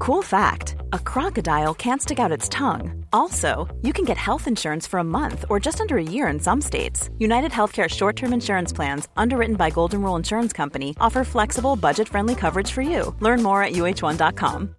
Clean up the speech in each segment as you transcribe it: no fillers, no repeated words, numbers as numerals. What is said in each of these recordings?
Cool fact, a crocodile can't stick out its tongue. Also, you can get health insurance for a month or just under a year in some states. United Healthcare short-term insurance plans, underwritten by Golden Rule Insurance Company, offer flexible, budget-friendly coverage for you. Learn more at uh1.com.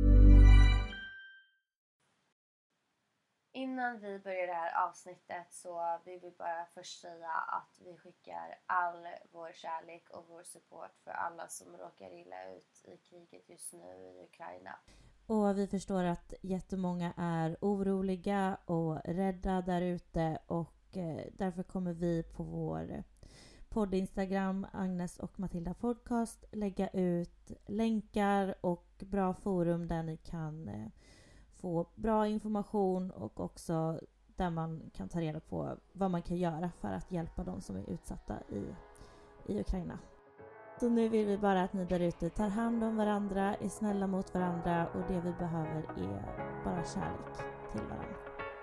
Innan vi börjar det här avsnittet så vill vi bara först säga att vi skickar all vår kärlek och vår support för alla som råkar illa ut i kriget just nu i Ukraina. Och vi förstår att jättemånga är oroliga och rädda där ute, och därför kommer vi på vår podd Instagram, Agnes och Matilda podcast, lägga ut länkar och bra forum där ni kan få bra information, och också där man kan ta reda på vad man kan göra för att hjälpa de som är utsatta i Ukraina. Så nu vill vi bara att ni där ute tar hand om varandra, är snälla mot varandra, och det vi behöver är bara kärlek till varandra.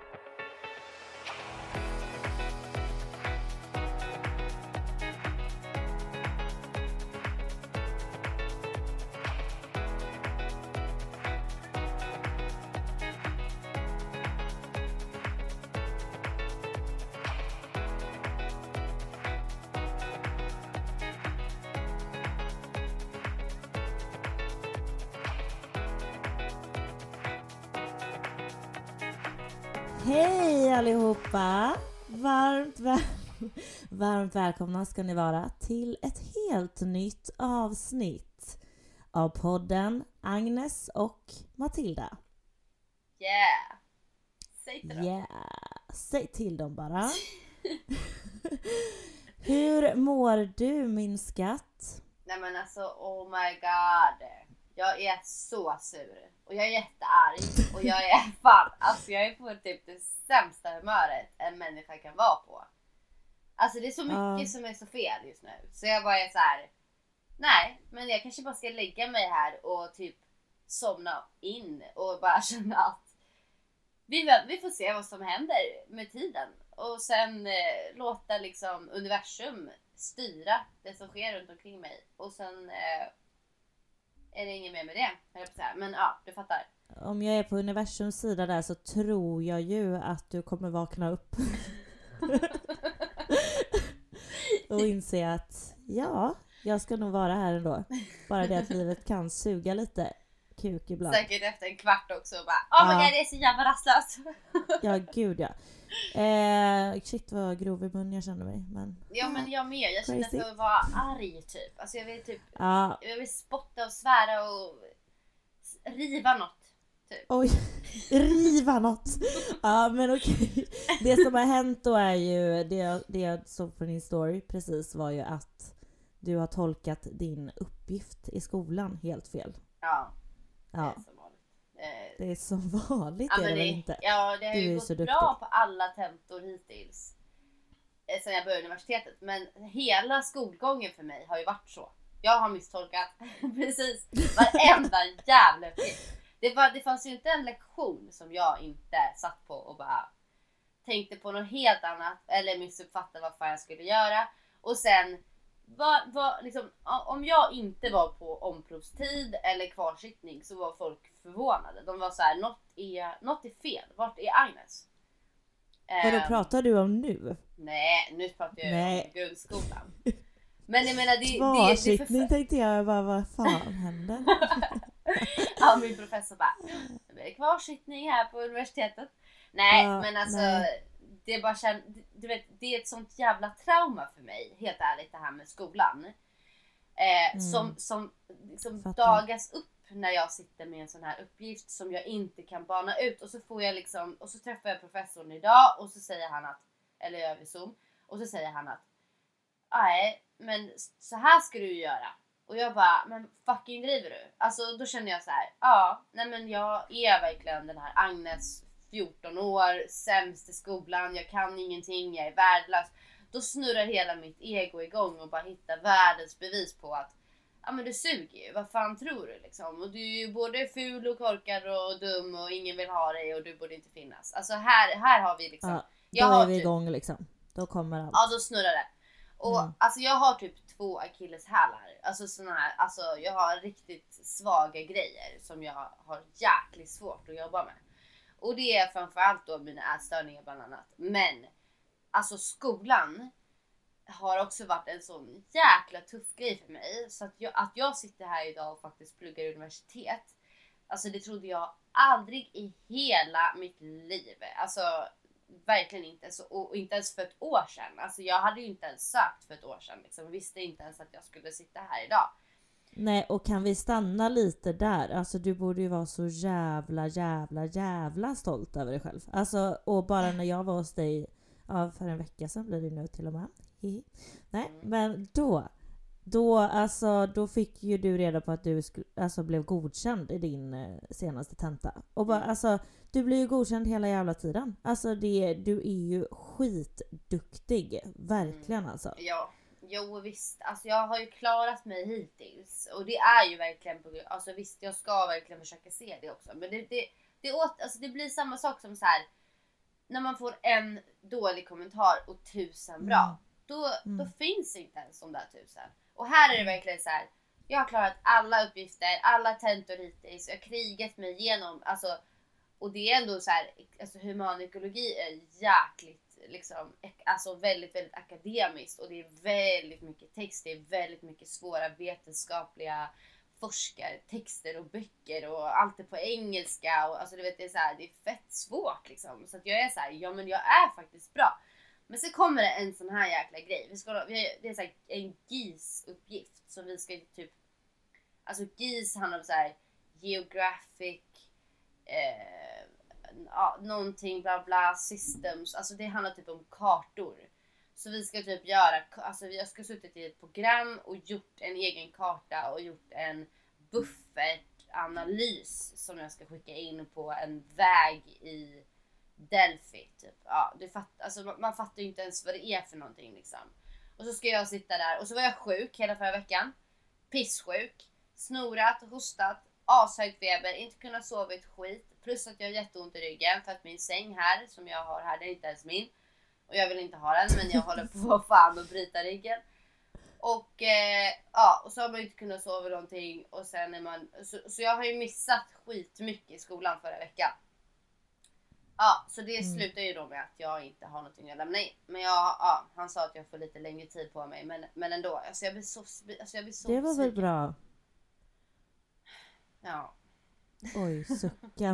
Hej allihopa! Varmt välkomna ska ni vara till ett helt nytt avsnitt av podden Agnes och Matilda. Yeah! Säg till dem. Yeah! Säg till dem bara. Hur mår du, min skatt? Nej men alltså, oh my god. Jag är så sur. Och jag är jättearg. Och jag är fan, alltså jag är på typ det sämsta humöret en människa kan vara på. Alltså det är så mycket som är så fel just nu. Så jag bara är så här: nej, men jag kanske bara ska lägga mig här och typ somna in. Och bara känna att vi får se vad som händer med tiden. Och sen låta liksom universum styra det som sker runt omkring mig. Och sen är det inget mer med det. Men ja, du fattar. Om jag är på universums sida där så tror jag ju att du kommer vakna upp. Och inse att ja, jag ska nog vara här ändå. Bara det att livet kan suga lite kuk ibland. Säkert efter en kvart också och bara, my god, det är så jävla rastlöst. Ja, gud ja. Shit vad grov i mun jag känner mig. Men, ja, men jag med. Jag känner crazy. för att vara arg typ. Alltså jag vill typ, jag vill spotta och svära och riva något. Typ. Oj, riva något. Ja, men okej. Det som har hänt då är ju, det jag såg på din story precis var ju att du har tolkat din uppgift i skolan helt fel. Ja. Ja. Det är som vanligt. Ja, är det väl inte? Ja, det har ju gått duktig. bra på alla tentor hittills. Sen jag började universitetet. Men hela skolgången för mig har ju varit så. Jag har misstolkat precis varenda jävla uppgift. Det fanns ju inte en lektion som jag inte satt på och bara tänkte på något helt annat. Eller missuppfattade vad fan jag skulle göra. Och sen liksom, om jag inte var på omprovstid eller kvarsittning så var folk förvånade. De var så här: något är fel. Vart är Agnes? Vad pratar du om nu? Nej, nu pratar jag om grundskolan. Men jag menar kvarsittning tänkte jag bara, vad fan händer? Ja, min professor bara, det blir kvarsittning här på universitetet. Nej, men alltså det är bara du vet, det är ett sånt jävla trauma för mig, helt ärligt, det här med skolan. Som liksom dagas upp när jag sitter med en sån här uppgift som jag inte kan bana ut. Och så får jag liksom, och så träffar jag professorn idag och så säger han att, eller över Zoom, och så säger han att nej, men så här ska du göra. Och jag bara, men fucking driver du? Alltså då känner jag så här, nej men jag är verkligen den här Agnes, 14 år, sämst i skolan, jag kan ingenting, jag är värdelös. Då snurrar hela mitt ego igång och bara hittar världens bevis på att ja men du suger ju, vad fan tror du liksom? Och du är ju både ful och korkad och dum och ingen vill ha dig och du borde inte finnas. Alltså här har vi liksom... Ja, då är vi igång liksom. Då kommer allt. Ja, då snurrar det. Och alltså jag har typ 2 akilleshälar. Alltså såna här, alltså jag har riktigt svaga grejer som jag har jäkligt svårt att jobba med. Och det är framförallt då mina ätstörningar bland annat. Men alltså skolan har också varit en sån jäkla tuff grej för mig. Så att jag sitter här idag och faktiskt pluggar i universitet. Alltså det trodde jag aldrig i hela mitt liv. Alltså verkligen inte. Så, och inte ens för ett år sedan. Alltså jag hade ju inte ens sökt för ett år sedan. Liksom. Visste inte ens att jag skulle sitta här idag. Nej, och kan vi stanna lite där? Alltså du borde ju vara så jävla stolt över dig själv. Alltså, och bara när jag var hos dig för en vecka sedan blir det nu till och med. Nej, men då fick ju du reda på att du blev godkänd i din senaste tenta. Och bara, alltså, du blir ju godkänd hela jävla tiden. Alltså du är ju skitduktig. Verkligen alltså. Ja. Jo visst, alltså jag har ju klarat mig hittills och det är ju verkligen alltså visst jag ska verkligen försöka se det också, men det blir samma sak som så här när man får en dålig kommentar och 1000 bra, då finns inte ens de där 1000. Och här är det verkligen så här, jag har klarat alla uppgifter, alla tentor hittills, jag har krigat mig igenom, alltså, och det är ändå så här, alltså humanekologi är jäkligt liksom, alltså väldigt, väldigt akademiskt och det är väldigt mycket text, det är väldigt mycket svåra vetenskapliga forskartexter och böcker och allt är på engelska och alltså du vet det är så här, det är fett svårt liksom, så att jag är så här, ja men jag är faktiskt bra. Men så kommer det en sån här jäkla grej, det är så här, en GIS-uppgift som vi ska typ, alltså GIS handlar om så här geographic någonting bla bla systems, alltså det handlar typ om kartor. Så vi ska typ göra, alltså jag ska suttit i ett program och gjort en egen karta och gjort en buffertanalys som jag ska skicka in på en väg i Delphi typ. Ja, alltså man fattar ju inte ens vad det är för någonting liksom. Och så ska jag sitta där och så var jag sjuk hela förra veckan. Pissjuk, snorat, hostat, ashög feber, inte kunnat sova ett skit. Plus att jag har jätteont i ryggen för att min säng här som jag har här, det är inte ens min. Och jag vill inte ha den, men jag håller på fan att bryta ryggen. Och och så har man ju inte kunnat sova någonting. Och sen är man, så jag har ju missat skitmycket i skolan förra veckan. Ja, så det slutar ju då med att jag inte har någonting att lämna in. Men han sa att jag får lite längre tid på mig. Men ändå, alltså jag blir så det var väl bra? Ja. Oj, sucken.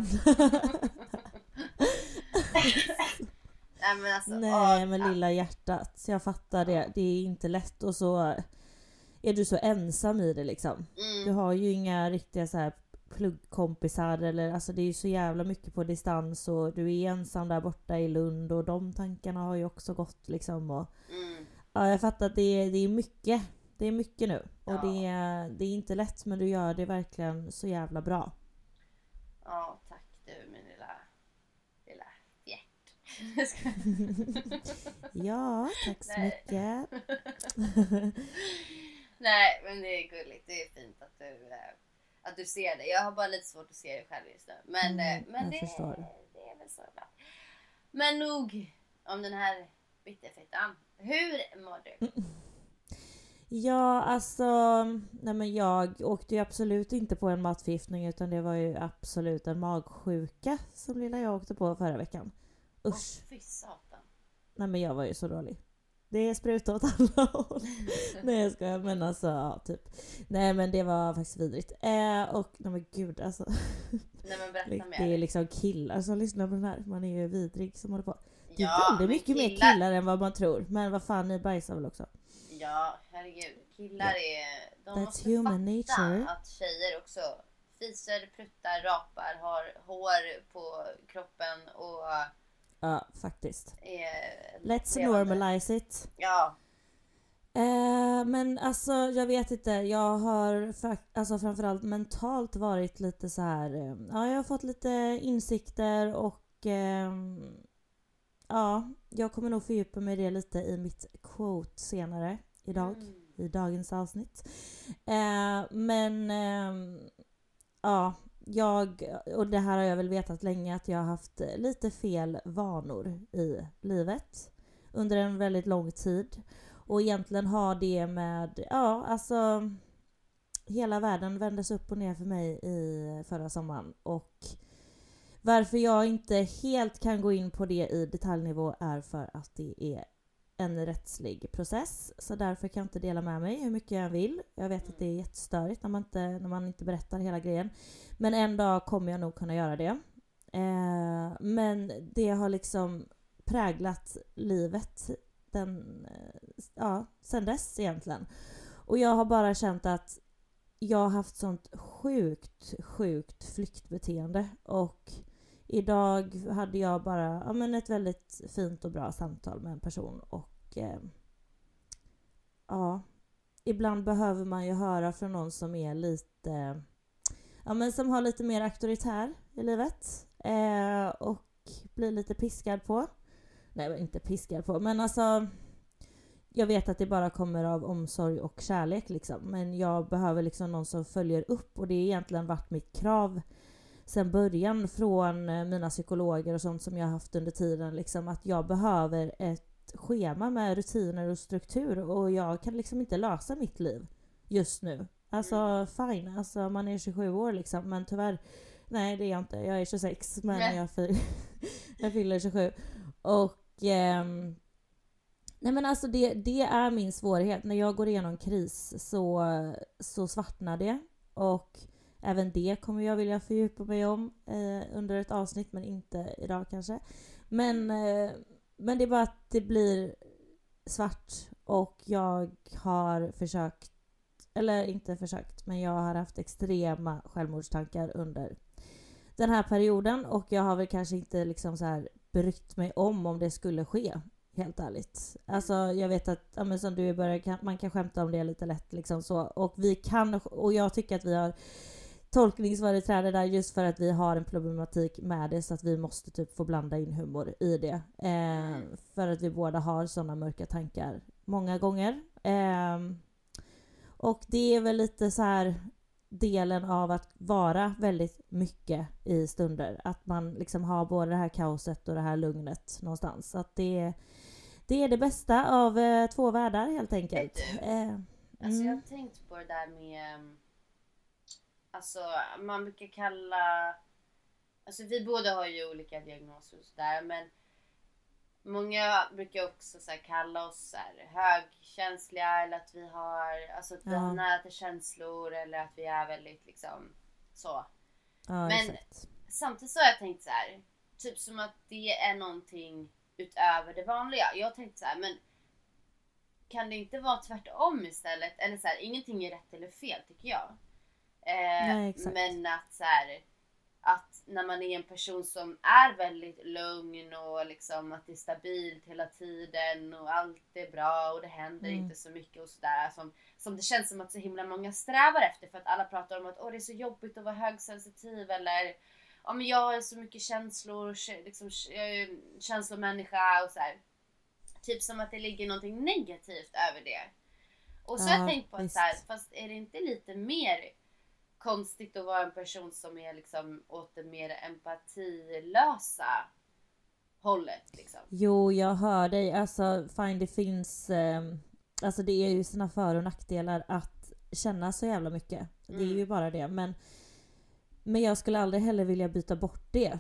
Nej, men lilla hjärtat. Så jag fattar det. Det är inte lätt och så är du så ensam i det liksom. Du har ju inga riktiga så här pluggkompisar eller alltså det är ju så jävla mycket på distans och du är ensam där borta i Lund och de tankarna har ju också gått liksom och ja, jag fattar att det är mycket. Det är mycket nu och det är inte lätt, men du gör det verkligen så jävla bra. Ja, tack du min lilla fjärt. Ja, tack så mycket. Nej, men det är gulligt. Det är fint att du ser det. Jag har bara lite svårt att se det själv just nu. Men det är väl så bra. Men nog om den här bitterfettan. Hur mår du? Ja, alltså nej men jag åkte ju absolut inte på en matförgiftning utan det var ju absolut en magsjuka som lilla jag åkte på förra veckan. Usch. Fy satan. Nej men jag var ju så dålig. Det sprutar åt alla håll. Nej jag skojar, men alltså ja, typ. Nej men det var faktiskt vidrigt. Och nej men gud alltså. Nej men berätta mer. Det är liksom killar som lyssnar på den här. Man är ju vidrig som håller på. Det är ja, väldigt mycket mer killar än vad man tror. Men vad fan, ni bajsar väl också? Ja, herregud. Killar är... De That's måste human fatta nature. att tjejer också fiser, pruttar, rapar, har hår på kroppen och... Ja, faktiskt. Let's levande. normalize it. Ja. Men alltså, jag vet inte. Jag har alltså framförallt mentalt varit lite så här. Ja, jag har fått lite insikter och ja, jag kommer nog fördjupa mig i det lite i mitt quote senare idag. I dagens avsnitt. Men ja, och det här har jag väl vetat länge, att jag har haft lite fel vanor i livet under en väldigt lång tid. Och egentligen ha det med, ja alltså hela världen vändes upp och ner för mig i förra sommaren. Och varför jag inte helt kan gå in på det i detaljnivå är för att det är en rättslig process. Så därför kan jag inte dela med mig hur mycket jag vill. Jag vet att det är jättestörigt när man inte berättar hela grejen. Men en dag kommer jag nog kunna göra det. Men det har liksom präglat livet sen dess egentligen. Och jag har bara känt att jag har haft sånt sjukt flyktbeteende. Och idag hade jag bara ett väldigt fint och bra samtal med en person. Och ibland behöver man ju höra från någon som är lite som har lite mer auktoritär i livet. Och blir lite piskad på. Nej, inte piskad på, men alltså jag vet att det bara kommer av omsorg och kärlek liksom. Men jag behöver liksom någon som följer upp. Och det har egentligen varit mitt krav sen början från mina psykologer och sånt som jag har haft under tiden. Liksom, att jag behöver ett schema med rutiner och struktur. Och jag kan liksom inte lösa mitt liv just nu. Alltså fine, alltså man är 27 år liksom. Men tyvärr, nej det är jag inte. Jag är 26 men jag fyller 27. Och nej men alltså det är min svårighet. När jag går igenom kris så svartnar det. Och även det kommer jag vilja fördjupa mig om under ett avsnitt, men inte idag kanske. Men det är bara att det blir svart. Och jag har försökt, eller inte försökt, men jag har haft extrema självmordstankar under den här perioden. Och jag har väl kanske inte liksom så här brytt mig om det skulle ske. Helt ärligt. Alltså jag vet att som du börjar, man kan skämta om det lite lätt liksom så. Och jag tycker att vi har tolkningsföreträde där just för att vi har en problematik med det, så att vi måste typ få blanda in humor i det. För att vi båda har sådana mörka tankar många gånger. Och det är väl lite så här delen av att vara väldigt mycket i stunder. Att man liksom har både det här kaoset och det här lugnet någonstans. Så att det är det bästa av två världar helt enkelt. Alltså jag har tänkt på det där med, alltså man brukar kalla, alltså vi båda har ju olika diagnoser och sådär, men många brukar också så här kalla oss så här högkänsliga, eller att vi har, alltså att vi har nära till känslor, eller att vi är väldigt liksom så. Men exakt. Samtidigt så har jag tänkt så här, typ som att det är någonting utöver det vanliga. Jag tänkte så här, men kan det inte vara tvärtom istället? Eller så här, ingenting är rätt eller fel tycker jag. Nej, men att så här, att när man är en person som är väldigt lugn och liksom att det är stabilt hela tiden och allt är bra och det händer inte så mycket och sådär, som det känns som att så himla många strävar efter, för att alla pratar om att det är så jobbigt att vara högsensitiv, eller men jag har så mycket känslor, liksom, jag är känslomänniska och så här. Typ som att det ligger någonting negativt över det. Och så har jag tänkt på att så här, fast är det inte lite mer konstigt att vara en person som är liksom åt det mer empatilösa hållet liksom? Jo, jag hör dig. Alltså fine, det finns alltså det är ju sina för- och nackdelar att känna så jävla mycket. Det är ju bara det, men jag skulle aldrig heller vilja byta bort det.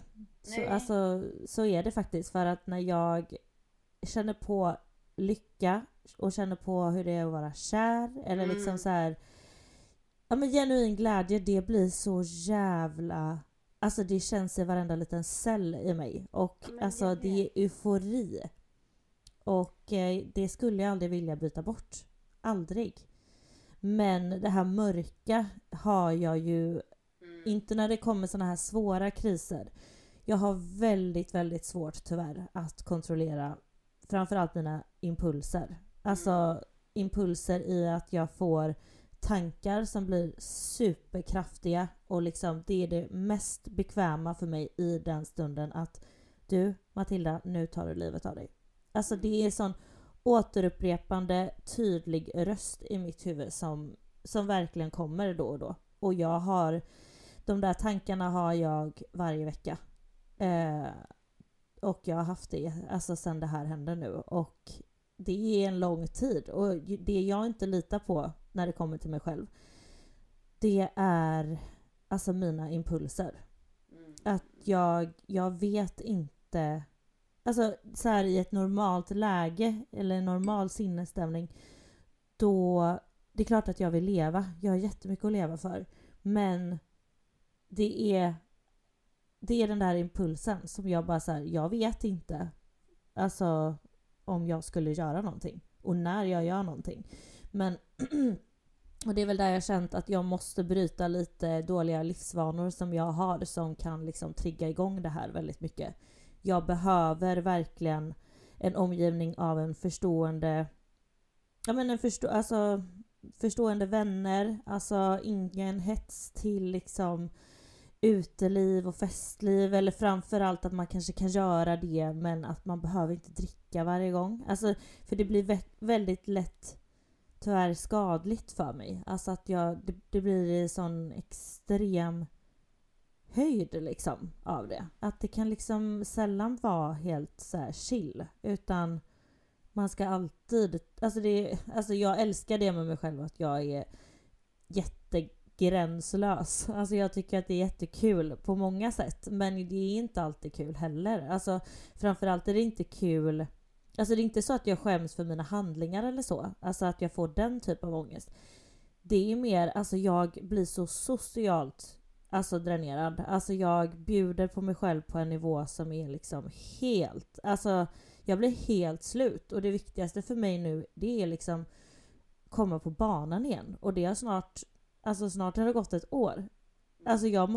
Så är det faktiskt, för att när jag känner på lycka och känner på hur det är att vara kär, eller liksom så här, genuin glädje, det blir så jävla, alltså det känns i varenda liten cell i mig. Och alltså det är eufori. Och det skulle jag aldrig vilja byta bort. Aldrig. Men det här mörka har jag ju inte när det kommer såna här svåra kriser. Jag har väldigt, väldigt svårt tyvärr att kontrollera framförallt mina impulser. Alltså impulser i att jag får tankar som blir superkraftiga, och liksom det är det mest bekväma för mig i den stunden, att du Matilda, nu tar du livet av dig. Alltså det är sån återupprepande tydlig röst i mitt huvud som verkligen kommer då och då. Och jag har de där tankarna har jag varje vecka. Och jag har haft det alltså sen det här hände nu. Och det är en lång tid. Och det jag inte litar på när det kommer till mig själv, det är alltså mina impulser. Att jag vet inte, alltså så här i ett normalt läge eller en normal sinnesstämning, då det är klart att jag vill leva. Jag har jättemycket att leva för. Men det är den där impulsen som jag bara så här, jag vet inte alltså om jag skulle göra någonting och när jag gör någonting. Men och det är väl där jag känt att jag måste bryta lite dåliga livsvanor som jag har, som kan liksom trigga igång det här väldigt mycket. Jag behöver verkligen en omgivning av en förstående, förstående vänner, alltså ingen hets till liksom uteliv och festliv, eller framförallt att man kanske kan göra det men att man behöver inte dricka varje gång. Alltså, för det blir väldigt lätt tyvärr skadligt för mig. Alltså att det blir en sån extrem höjd liksom av det. Att det kan liksom sällan vara helt så här chill, utan man ska alltid, alltså jag älskar det med mig själv, att jag är jättegränslös. Alltså jag tycker att det är jättekul på många sätt, men det är inte alltid kul heller. Alltså framförallt är det inte kul. Alltså det är inte så att jag skäms för mina handlingar eller så. Alltså att jag får den typ av ångest. Det är mer, alltså jag blir så socialt dränerad. Alltså jag bjuder på mig själv på en nivå som är liksom helt, alltså jag blir helt slut. Och det viktigaste för mig nu, det är liksom komma på banan igen. Och det har snart har det gått ett år. Alltså jag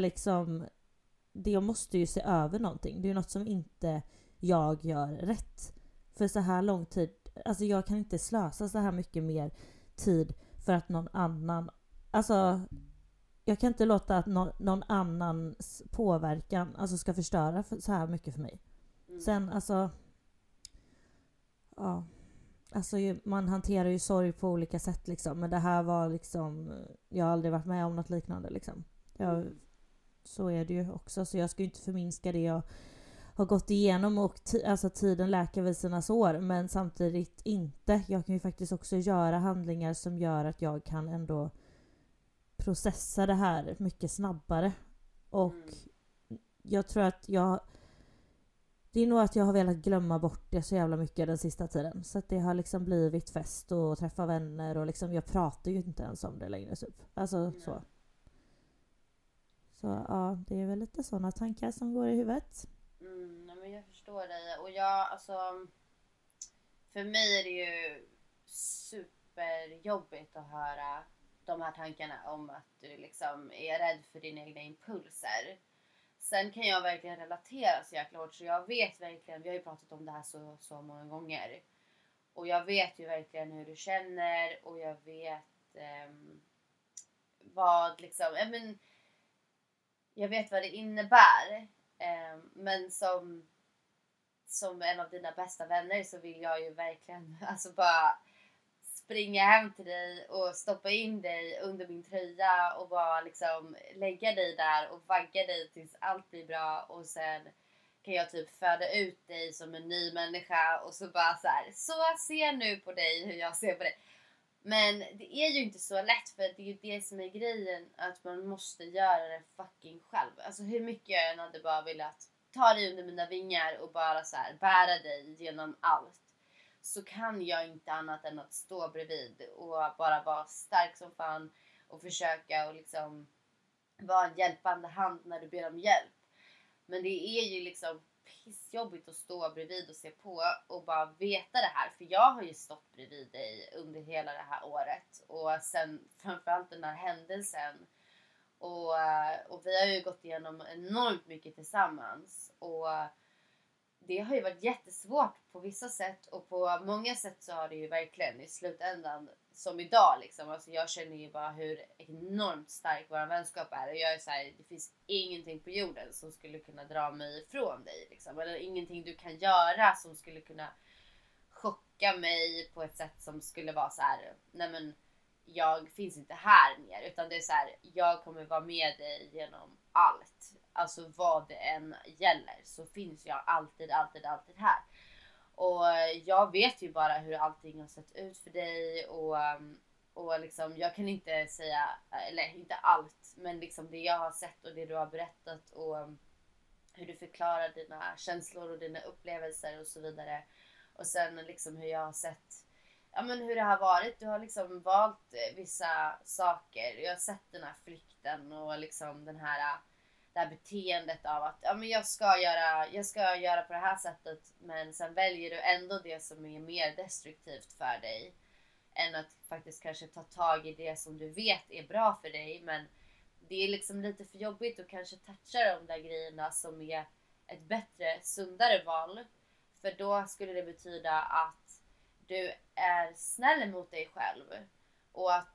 måste ju se över någonting. Det är ju något som inte jag gör rätt. För så här lång tid, alltså jag kan inte slösa så här mycket mer tid för att någon annan, alltså jag kan inte låta att någon annans påverkan ska förstöra så här mycket för mig. Sen man hanterar ju sorg på olika sätt liksom, men det här var liksom, jag har aldrig varit med om något liknande liksom. Så är det ju också, så jag ska ju inte förminska det jag har gått igenom, och tiden läker visornas år, men samtidigt inte. Jag kan ju faktiskt också göra handlingar som gör att jag kan ändå processa det här mycket snabbare. Och jag tror att det är nog att jag har velat glömma bort det så jävla mycket den sista tiden. Så att det har liksom blivit fest och träffa vänner, och liksom jag pratar ju inte ens om det längre typ. Så. Så ja, det är väl lite sådana tankar som går i huvudet. Men jag förstår dig. Och för mig är det ju superjobbigt att höra de här tankarna om att du liksom är rädd för dina egna impulser. Sen kan jag verkligen relatera så jäkla hårt, så jag vet verkligen, vi har ju pratat om det här så många gånger. Och jag vet ju verkligen hur du känner, och jag vet vad liksom, jag vet vad det innebär. Men som en av dina bästa vänner så vill jag ju verkligen bara springa hem till dig och stoppa in dig under min tröja och bara liksom lägga dig där och vagga dig tills allt blir bra, och sen kan jag typ föda ut dig som en ny människa, och så bara så se nu på dig hur jag ser på dig. Men det är ju inte så lätt, för det är ju det som är grejen, att man måste göra det fucking själv. Alltså hur mycket jag än hade bara velat ta dig under mina vingar och bara bära dig genom allt, så kan jag inte annat än att stå bredvid och bara vara stark som fan och försöka och liksom vara en hjälpande hand när du ber om hjälp. Men det är ju liksom pissjobbigt att stå bredvid och se på och bara veta det här. För jag har ju stått bredvid dig under hela det här året. Och sen framförallt den här händelsen. Och vi har ju gått igenom enormt mycket tillsammans. Och det har ju varit jättesvårt på vissa sätt. Och på många sätt så har det ju verkligen i slutändan, som idag liksom. Alltså jag känner ju bara hur enormt stark vår vänskap är. Och jag är såhär, det finns ingenting på jorden som skulle kunna dra mig ifrån dig liksom. Eller ingenting du kan göra som skulle kunna chocka mig på ett sätt som skulle vara så här: nej men jag finns inte här mer. Utan det är så här, jag kommer vara med dig genom allt. Alltså vad det än gäller så finns jag alltid här. Och jag vet ju bara hur allting har sett ut för dig och liksom, jag kan inte säga, eller inte allt, men liksom det jag har sett och det du har berättat och hur du förklarar dina känslor och dina upplevelser och så vidare. Och sen liksom hur jag har sett, ja men hur det har varit. Du har liksom valt vissa saker. Jag har sett den här flykten och liksom det här beteendet av att ja men jag ska göra på det här sättet, men sen väljer du ändå det som är mer destruktivt för dig än att faktiskt kanske ta tag i det som du vet är bra för dig. Men det är liksom lite för jobbigt att kanske toucha de där grejerna som är ett bättre, sundare val. För då skulle det betyda att du är snäll mot dig själv och att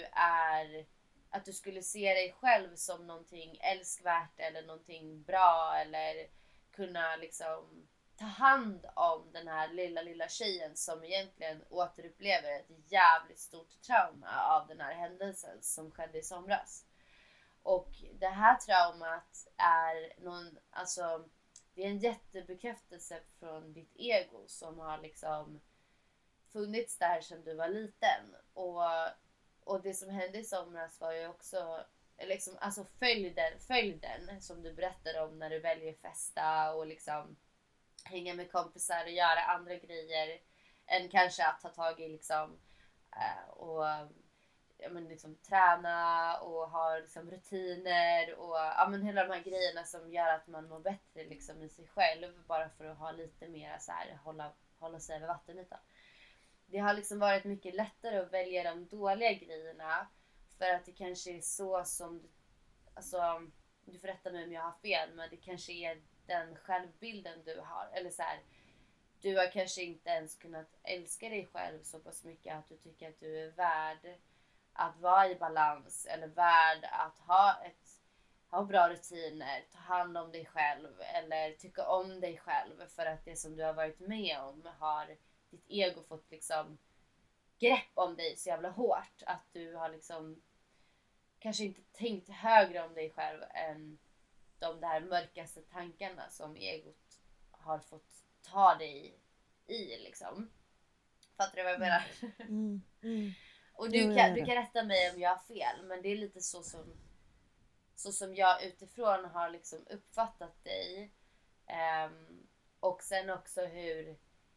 du skulle se dig själv som någonting älskvärt eller någonting bra, eller kunna liksom ta hand om den här lilla tjejen som egentligen återupplever ett jävligt stort trauma av den här händelsen som skedde i somras. Och det här traumat är det är en jättebekräftelse från ditt ego som har liksom funnits där sedan du var liten. Och det som hände i somras var ju också liksom, alltså följden som du berättade om när du väljer festa och liksom hänga med kompisar och göra andra grejer än kanske att ta tag i liksom och ja, men liksom träna och ha liksom rutiner och ja, men hela de här grejerna som gör att man mår bättre liksom i sig själv, bara för att ha lite mer så här, hålla sig över vattenytan. Det har liksom varit mycket lättare att välja de dåliga grejerna för att det kanske är så som du får rätta mig om jag har fel, men det kanske är den självbilden du har, eller så här, du har kanske inte ens kunnat älska dig själv så pass mycket att du tycker att du är värd att vara i balans, eller värd att ha bra rutiner, ta hand om dig själv eller tycka om dig själv, för att det som du har varit med om har ditt ego fått liksom grepp om dig så jävla hårt att du har liksom kanske inte tänkt högre om dig själv än de där mörkaste tankarna som egot har fått ta dig i liksom. Fattar du vad jag menar? Och du kan rätta mig om jag har fel, men det är lite så som jag utifrån har liksom uppfattat dig. Och sen också hur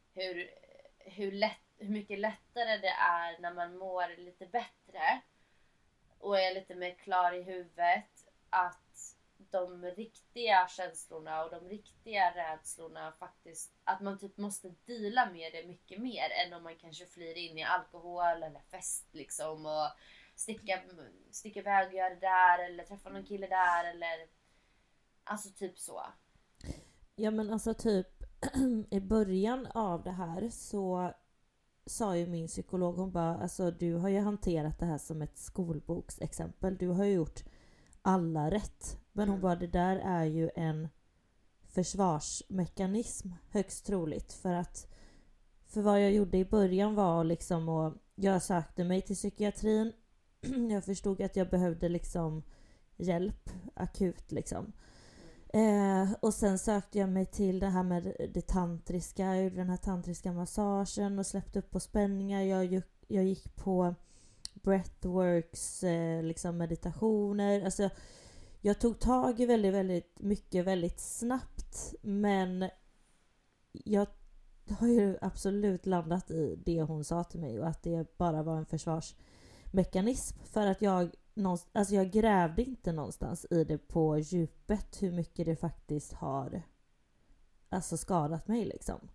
mycket lättare det är när man mår lite bättre och är lite mer klar i huvudet, att de riktiga känslorna och de riktiga rädslorna faktiskt, att man typ måste deala med det mycket mer än om man kanske flyr in i alkohol eller fest liksom och sticka iväg och göra det där eller träffa någon kille där, eller alltså typ så. Ja men alltså typ i början av det här så sa ju min psykolog, hon bara, alltså du har ju hanterat det här som ett skolboksexempel, du har ju gjort alla rätt, men hon bara, det där är ju en försvarsmekanism högst troligt, för vad jag gjorde i början var liksom, och jag sökte mig till psykiatrin, jag förstod att jag behövde liksom hjälp akut liksom. Och sen sökte jag mig till det här med det tantriska. Jag gjorde den här tantriska massagen och släppte upp på spänningar. Jag gick på breathworks, liksom meditationer. Alltså jag tog tag i väldigt, väldigt mycket väldigt snabbt. Men jag har ju absolut landat i det hon sa till mig, och att det bara var en försvarsmekanism. För att jag grävde inte någonstans i det på djupet hur mycket det faktiskt har alltså skadat mig liksom.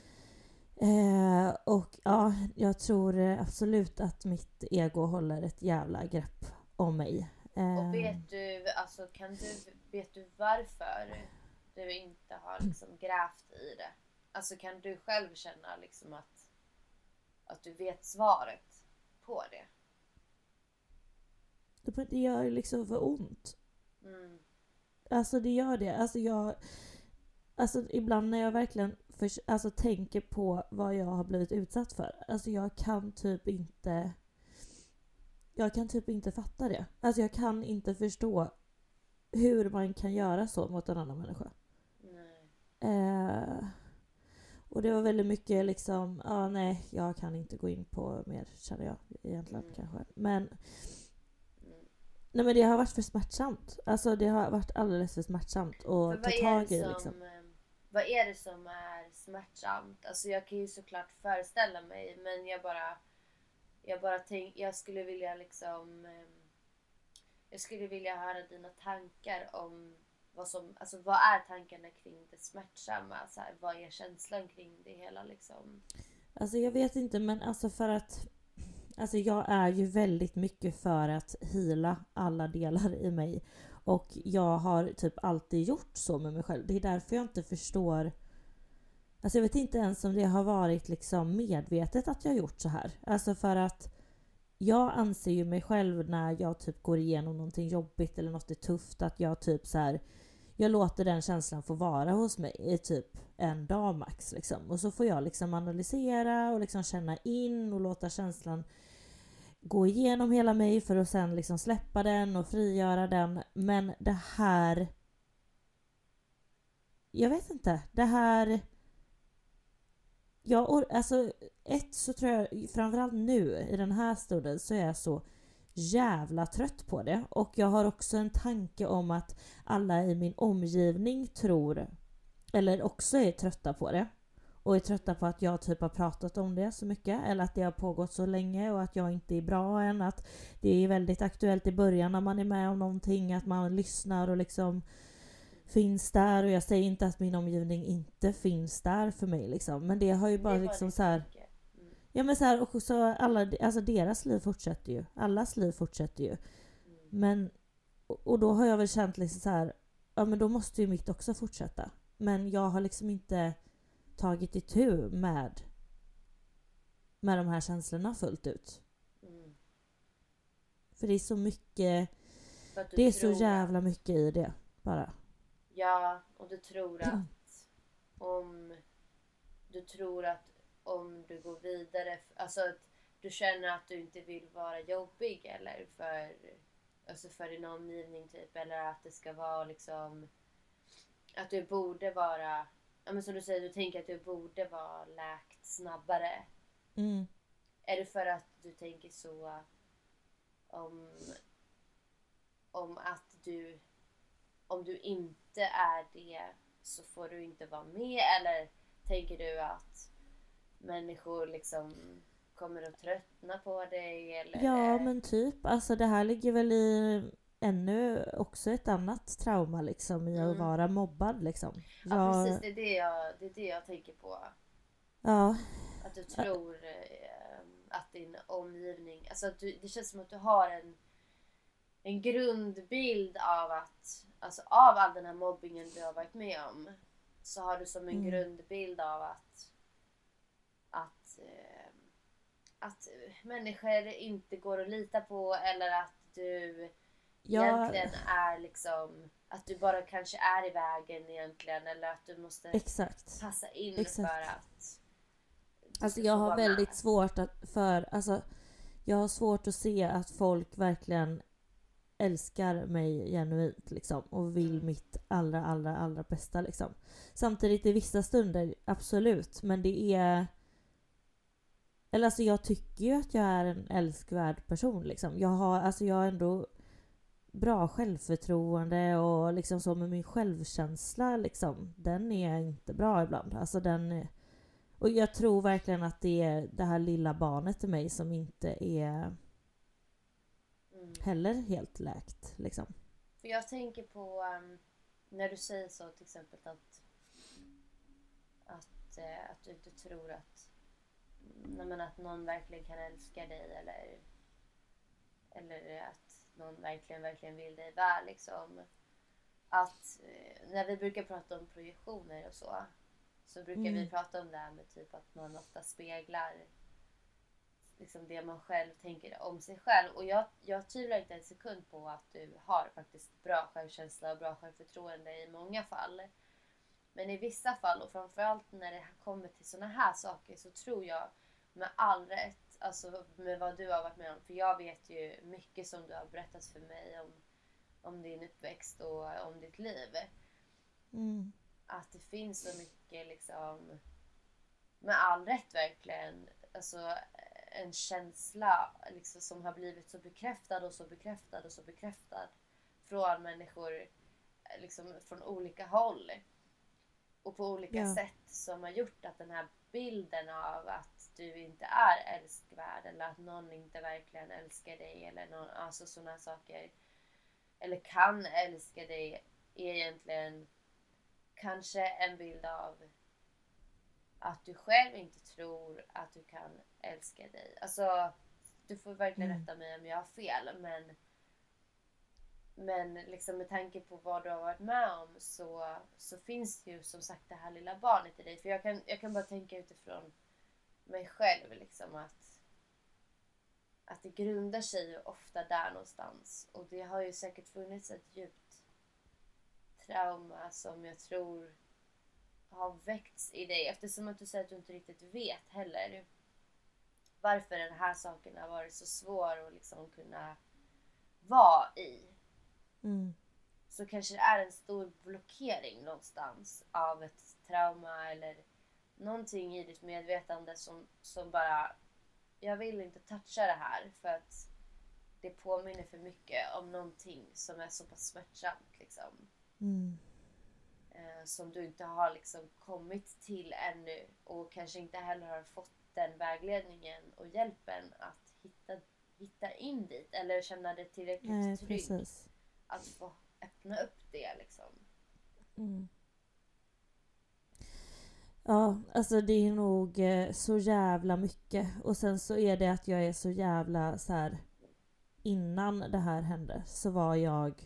Och ja, jag tror absolut att mitt ego håller ett jävla grepp om mig. Och vet du varför du inte har liksom grävt i det? Alltså kan du själv känna liksom att du vet svaret på det? Det gör liksom för ont. Alltså det gör det. Alltså ibland när jag verkligen tänker på vad jag har blivit utsatt för. Alltså jag kan typ inte fatta det. Alltså jag kan inte förstå hur man kan göra så mot en annan människa. Nej. Och det var väldigt mycket liksom, nej, jag kan inte gå in på mer, känner jag egentligen kanske. Men nej, men det har varit för smärtsamt. Alltså det har varit alldeles för smärtsamt att ta tag i liksom. Vad är det som är smärtsamt? Alltså jag kan ju såklart föreställa mig, men jag skulle vilja liksom jag skulle vilja höra dina tankar om vad är tankarna kring det smärtsamma? Så här, vad är känslan kring det hela liksom? Alltså jag vet inte, men alltså för att alltså jag är ju väldigt mycket för att heala alla delar i mig. Och jag har typ alltid gjort så med mig själv. Det är därför jag inte förstår. Alltså jag vet inte ens om det har varit liksom medvetet att jag har gjort så här. Alltså för att jag anser ju mig själv när jag typ går igenom någonting jobbigt eller något är tufft, att jag typ så här, jag låter den känslan få vara hos mig i typ en dag max liksom. Och så får jag liksom analysera och liksom känna in och låta känslan gå igenom hela mig för att sen liksom släppa den och frigöra den. Men det här, jag vet inte, det här, alltså så tror jag framförallt nu i den här stunden så är jag så jävla trött på det. Och jag har också en tanke om att alla i min omgivning tror, eller också är trötta på det. Och är trötta på att jag typ har pratat om det så mycket. Eller att det har pågått så länge och att jag inte är bra än. Att det är väldigt aktuellt i början när man är med om någonting. Att man lyssnar och liksom finns där. Och jag säger inte att min omgivning inte finns där för mig liksom. Men det har ju bara liksom så här. Ja men så här, och så alltså deras liv fortsätter ju. Allas liv fortsätter ju. Men, och då har jag väl känt liksom så här, ja men då måste ju mitt också fortsätta. Men jag har liksom inte tagit itu med de här känslorna fullt ut. För det är så mycket, det är så jävla mycket i det bara. Ja, och du tror att om du går vidare, alltså att du känner att du inte vill vara jobbig eller för din omgivning typ, eller att det ska vara liksom att du borde vara, ja men som du säger, du tänker att du borde vara läkt snabbare. Är det för att du tänker så om att om du inte är det så får du inte vara med, eller tänker du att människor liksom kommer att tröttna på dig eller? Ja men typ, alltså det här ligger väl i ännu också ett annat trauma liksom i att vara mobbad liksom. Ja precis, det är det jag tänker på. Ja. Att du tror att din omgivning, alltså att det känns som att du har en grundbild av att, alltså av all den här mobbingen du har varit med om, så har du som en grundbild av att människor inte går att lita på, eller att du egentligen är liksom, att du bara kanske är i vägen egentligen, eller att du måste passa in för att alltså jag har väldigt svårt jag har svårt att se att folk verkligen älskar mig genuint liksom, och vill mitt allra bästa liksom. Samtidigt i vissa stunder absolut, men det är, eller alltså jag tycker ju att jag är en älskvärd person liksom. Jag har ändå bra självförtroende och liksom så, med min självkänsla liksom, den är inte bra ibland. Alltså och jag tror verkligen att det är det här lilla barnet i mig som inte är heller helt läkt liksom. För jag tänker på när du säger så till exempel att du inte tror att någon verkligen kan älska dig, eller att någon verkligen vill dig väl liksom. Att när vi brukar prata om projektioner och så brukar vi prata om det här med typ att man ofta speglar liksom det man själv tänker om sig själv. Och jag tvivlar inte en sekund på att du har faktiskt bra självkänsla och bra självförtroende i många fall. Men i vissa fall, och framförallt när det kommer till såna här saker, så tror jag med all rätt, alltså med vad du har varit med om, för jag vet ju mycket som du har berättat för mig om din uppväxt och om ditt liv. Att det finns så mycket liksom med all rätt verkligen, alltså en känsla liksom, som har blivit så bekräftad och så bekräftad och så bekräftad från människor liksom från olika håll och på olika sätt, som har gjort att den här bilden av att du inte är älskvärd eller att någon inte verkligen älskar dig eller någon, alltså sådana saker, eller kan älska dig, är egentligen kanske en bild av att du själv inte tror att du kan älska dig. Alltså, du får verkligen rätta mig om jag har fel, men liksom med tanke på vad du har varit med om så finns det ju som sagt det här lilla barnet i dig. För jag kan bara tänka utifrån mig själv liksom att det grundar sig ju ofta där någonstans. Och det har ju säkert funnits ett djupt trauma som jag tror har väckts i dig. Eftersom att du säger att du inte riktigt vet heller varför den här saken har varit så svår att liksom kunna vara i. Så kanske det är en stor blockering någonstans av ett trauma eller någonting i ditt medvetande som bara, jag vill inte toucha det här för att det påminner för mycket om någonting som är så pass smärtsamt liksom. Som du inte har liksom kommit till ännu och kanske inte heller har fått den vägledningen och hjälpen att hitta in dit eller känna dig tillräckligt trygg. Precis. Att få öppna upp det liksom. Ja, alltså det är nog så jävla mycket. Och sen så är det att jag är så jävla så här. Innan det här hände så var jag...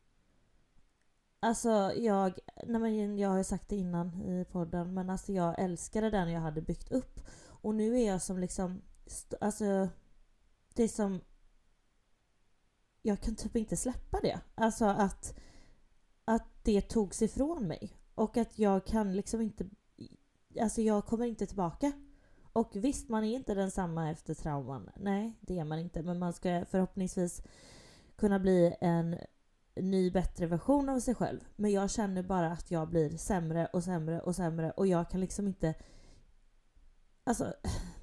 Alltså jag har ju sagt det innan i podden, men alltså jag älskade den jag hade byggt upp. Och nu är jag som liksom... Alltså det är som... Jag kan typ inte släppa det. Alltså att det togs ifrån mig. Och att jag kan liksom inte... Alltså jag kommer inte tillbaka. Och visst, man är inte densamma efter trauman. Nej, det är man inte. Men man ska förhoppningsvis kunna bli en ny, bättre version av sig själv. Men jag känner bara att jag blir sämre och sämre och sämre. Och jag kan liksom inte... Alltså...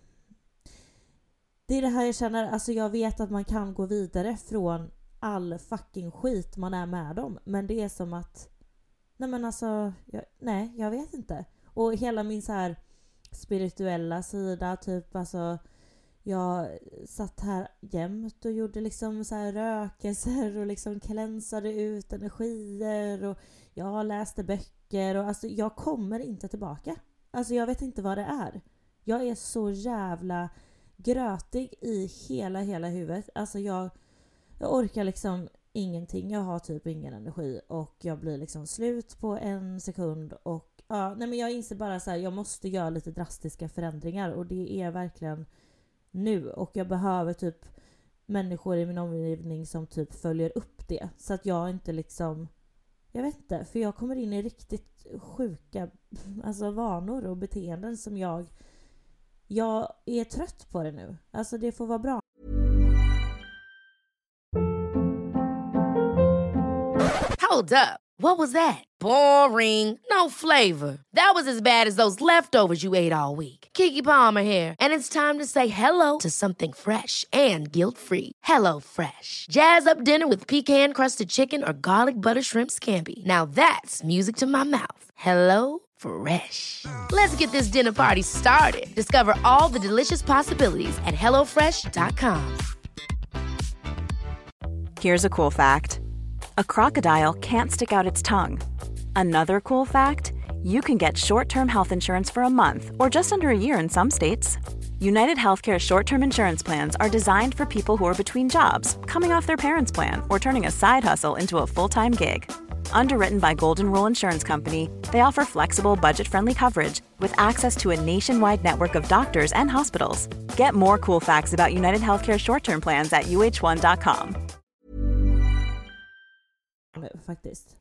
Det är det här jag känner. Alltså jag vet att man kan gå vidare från all fucking skit man är med om. Men det är som att... Nej men alltså... Jag vet inte. Och hela min så här spirituella sida, typ alltså jag satt här jämt och gjorde liksom så här rökelser och liksom klänsade ut energier och jag läste böcker och alltså jag kommer inte tillbaka. Alltså jag vet inte vad det är. Jag är så jävla grötig i hela huvudet. Alltså jag orkar liksom ingenting. Jag har typ ingen energi och jag blir liksom slut på en sekund och ja, nej men jag inser bara så här, jag måste göra lite drastiska förändringar och det är verkligen nu och jag behöver typ människor i min omgivning som typ följer upp det så att jag inte liksom, jag vet inte, för jag kommer in i riktigt sjuka alltså vanor och beteenden som jag är trött på det nu. Alltså det får vara bra. Hold up. What was that? Boring. No flavor. That was as bad as those leftovers you ate all week. Keke Palmer here, and it's time to say hello to something fresh and guilt-free. Hello Fresh. Jazz up dinner with pecan-crusted chicken or garlic butter shrimp scampi. Now that's music to my mouth. Hello Fresh. Let's get this dinner party started. Discover all the delicious possibilities at hellofresh.com. Here's a cool fact. A crocodile can't stick out its tongue. Another cool fact, you can get short-term health insurance for a month or just under a year in some states. United Healthcare short-term insurance plans are designed for people who are between jobs, coming off their parents' plan, or turning a side hustle into a full-time gig. Underwritten by Golden Rule Insurance Company, they offer flexible, budget-friendly coverage with access to a nationwide network of doctors and hospitals. Get more cool facts about United Healthcare short-term plans at uh1.com. Faktiskt.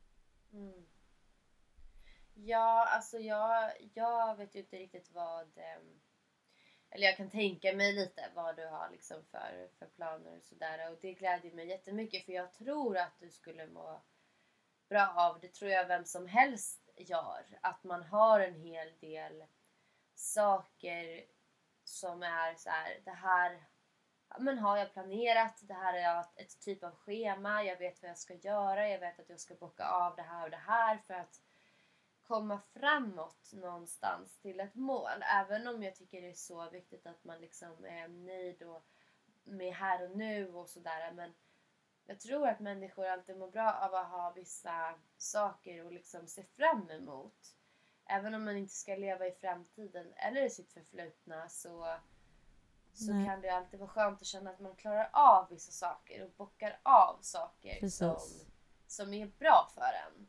Ja, alltså jag vet ju inte riktigt vad... Eller jag kan tänka mig lite vad du har liksom för planer och sådär. Och det glädjer mig jättemycket för jag tror att du skulle må bra av. Det tror jag vem som helst gör. Att man har en hel del saker som är så här, det här men har jag planerat, det här är jag ett typ av schema, jag vet vad jag ska göra, jag vet att jag ska bocka av det här och det här för att komma framåt någonstans till ett mål. Även om jag tycker det är så viktigt att man liksom är nöjd och med här och nu och sådär. Men jag tror att människor alltid mår bra av att ha vissa saker och liksom se fram emot. Även om man inte ska leva i framtiden eller i sitt förflutna så kan det alltid vara skönt att känna att man klarar av vissa saker och bockar av saker som är bra för en.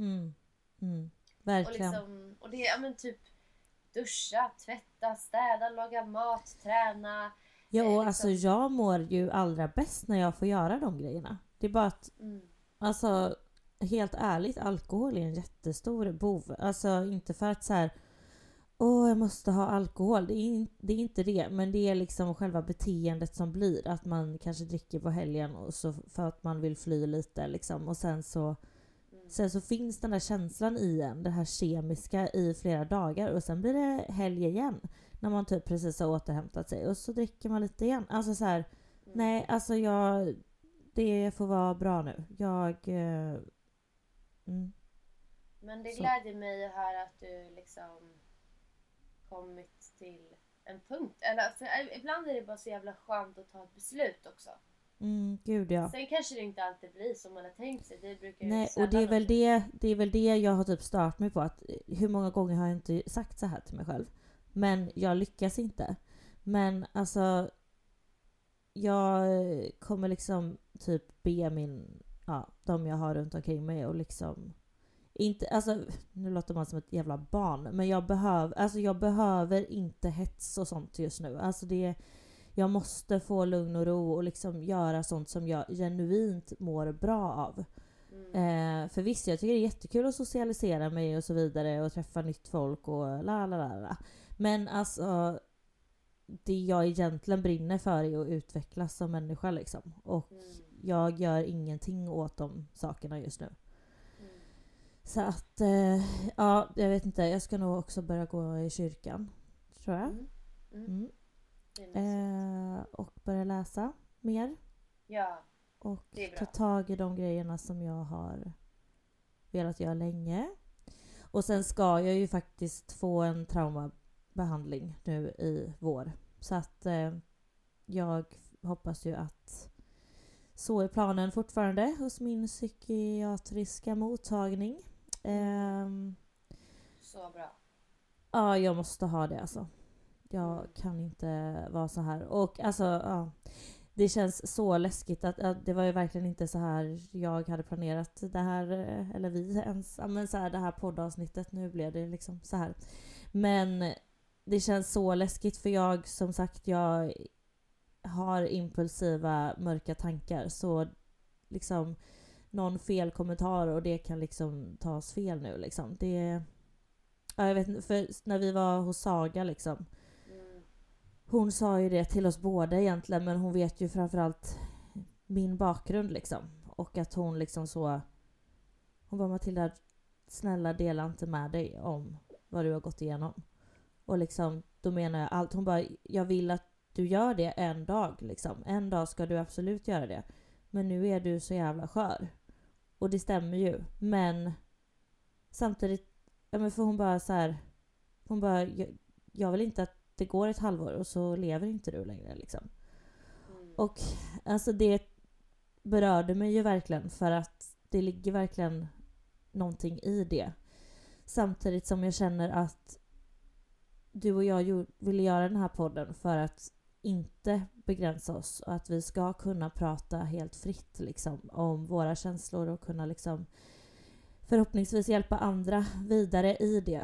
Verkligen. Och det är typ duscha, tvätta, städa, laga mat, träna. Ja, och alltså jag mår ju allra bäst när jag får göra de grejerna. Det är bara att alltså helt ärligt, alkohol är en jättestor bov. Alltså inte för att så här jag måste ha alkohol. Det är inte det. Men det är liksom själva beteendet som blir. Att man kanske dricker på helgen och så för att man vill fly lite. Liksom. Och sen så finns den där känslan i en. Det här kemiska i flera dagar. Och sen blir det helg igen. När man typ precis har återhämtat sig. Och så dricker man lite igen. Alltså så här. Nej, alltså det får vara bra nu. Men det glädjer mig att höra att du liksom kommit till en punkt. Eller för ibland är det bara så jävla skönt att ta ett beslut också. Gud ja. Sen kanske det inte alltid blir som man har tänkt sig. Det brukar nej, och det är väl det jag har typ startat mig på. Att hur många gånger har jag inte sagt så här till mig själv. Men jag lyckas inte. Men alltså jag kommer liksom typ be de jag har runt omkring mig och liksom inte, alltså nu låter man som ett jävla barn, men jag behöver inte hets och sånt just nu. Alltså jag måste få lugn och ro och liksom göra sånt som jag genuint mår bra av. För visst, jag tycker det är jättekul att socialisera mig och så vidare och träffa nytt folk och la. Men alltså det jag egentligen brinner för är att utvecklas som människa liksom. Och jag gör ingenting åt de sakerna just nu. Så att, jag vet inte. Jag ska nog också börja gå i kyrkan, tror jag. Och börja läsa mer. Ja, och det är bra. ta tag i de grejerna som jag har velat göra länge. Och sen ska jag ju faktiskt få en traumabehandling nu i vår. Så att jag hoppas ju att så är planen fortfarande hos min psykiatriska mottagning. Så bra. Ja, jag måste ha det alltså. Jag kan inte vara så här. Och alltså, det känns så läskigt att det var ju verkligen inte så här jag hade planerat det här, eller vi ens, men så här det här poddavsnittet, nu blev det liksom så här. Men det känns så läskigt för jag, som sagt, jag har impulsiva mörka tankar, så liksom någon fel kommentar och det kan liksom tas fel nu liksom. Jag vet inte, för när vi var hos Saga liksom, hon sa ju det till oss båda egentligen, men hon vet ju framförallt min bakgrund liksom. Och att hon liksom så, hon bara, Matilda, snälla dela inte med dig om vad du har gått igenom. Och liksom, då menar jag allt. Hon bara, jag vill att du gör det en dag liksom. En dag ska du absolut göra det. Men nu är du så jävla skör. Och det stämmer ju. Men samtidigt, för hon bara så här, hon bara, jag vill inte att det går ett halvår och så lever inte du längre liksom. Och alltså det berörde mig ju verkligen, för att det ligger verkligen någonting i det. Samtidigt som jag känner att du och jag ville göra den här podden för att inte begränsa oss, och att vi ska kunna prata helt fritt liksom om våra känslor och kunna liksom förhoppningsvis hjälpa andra vidare i det.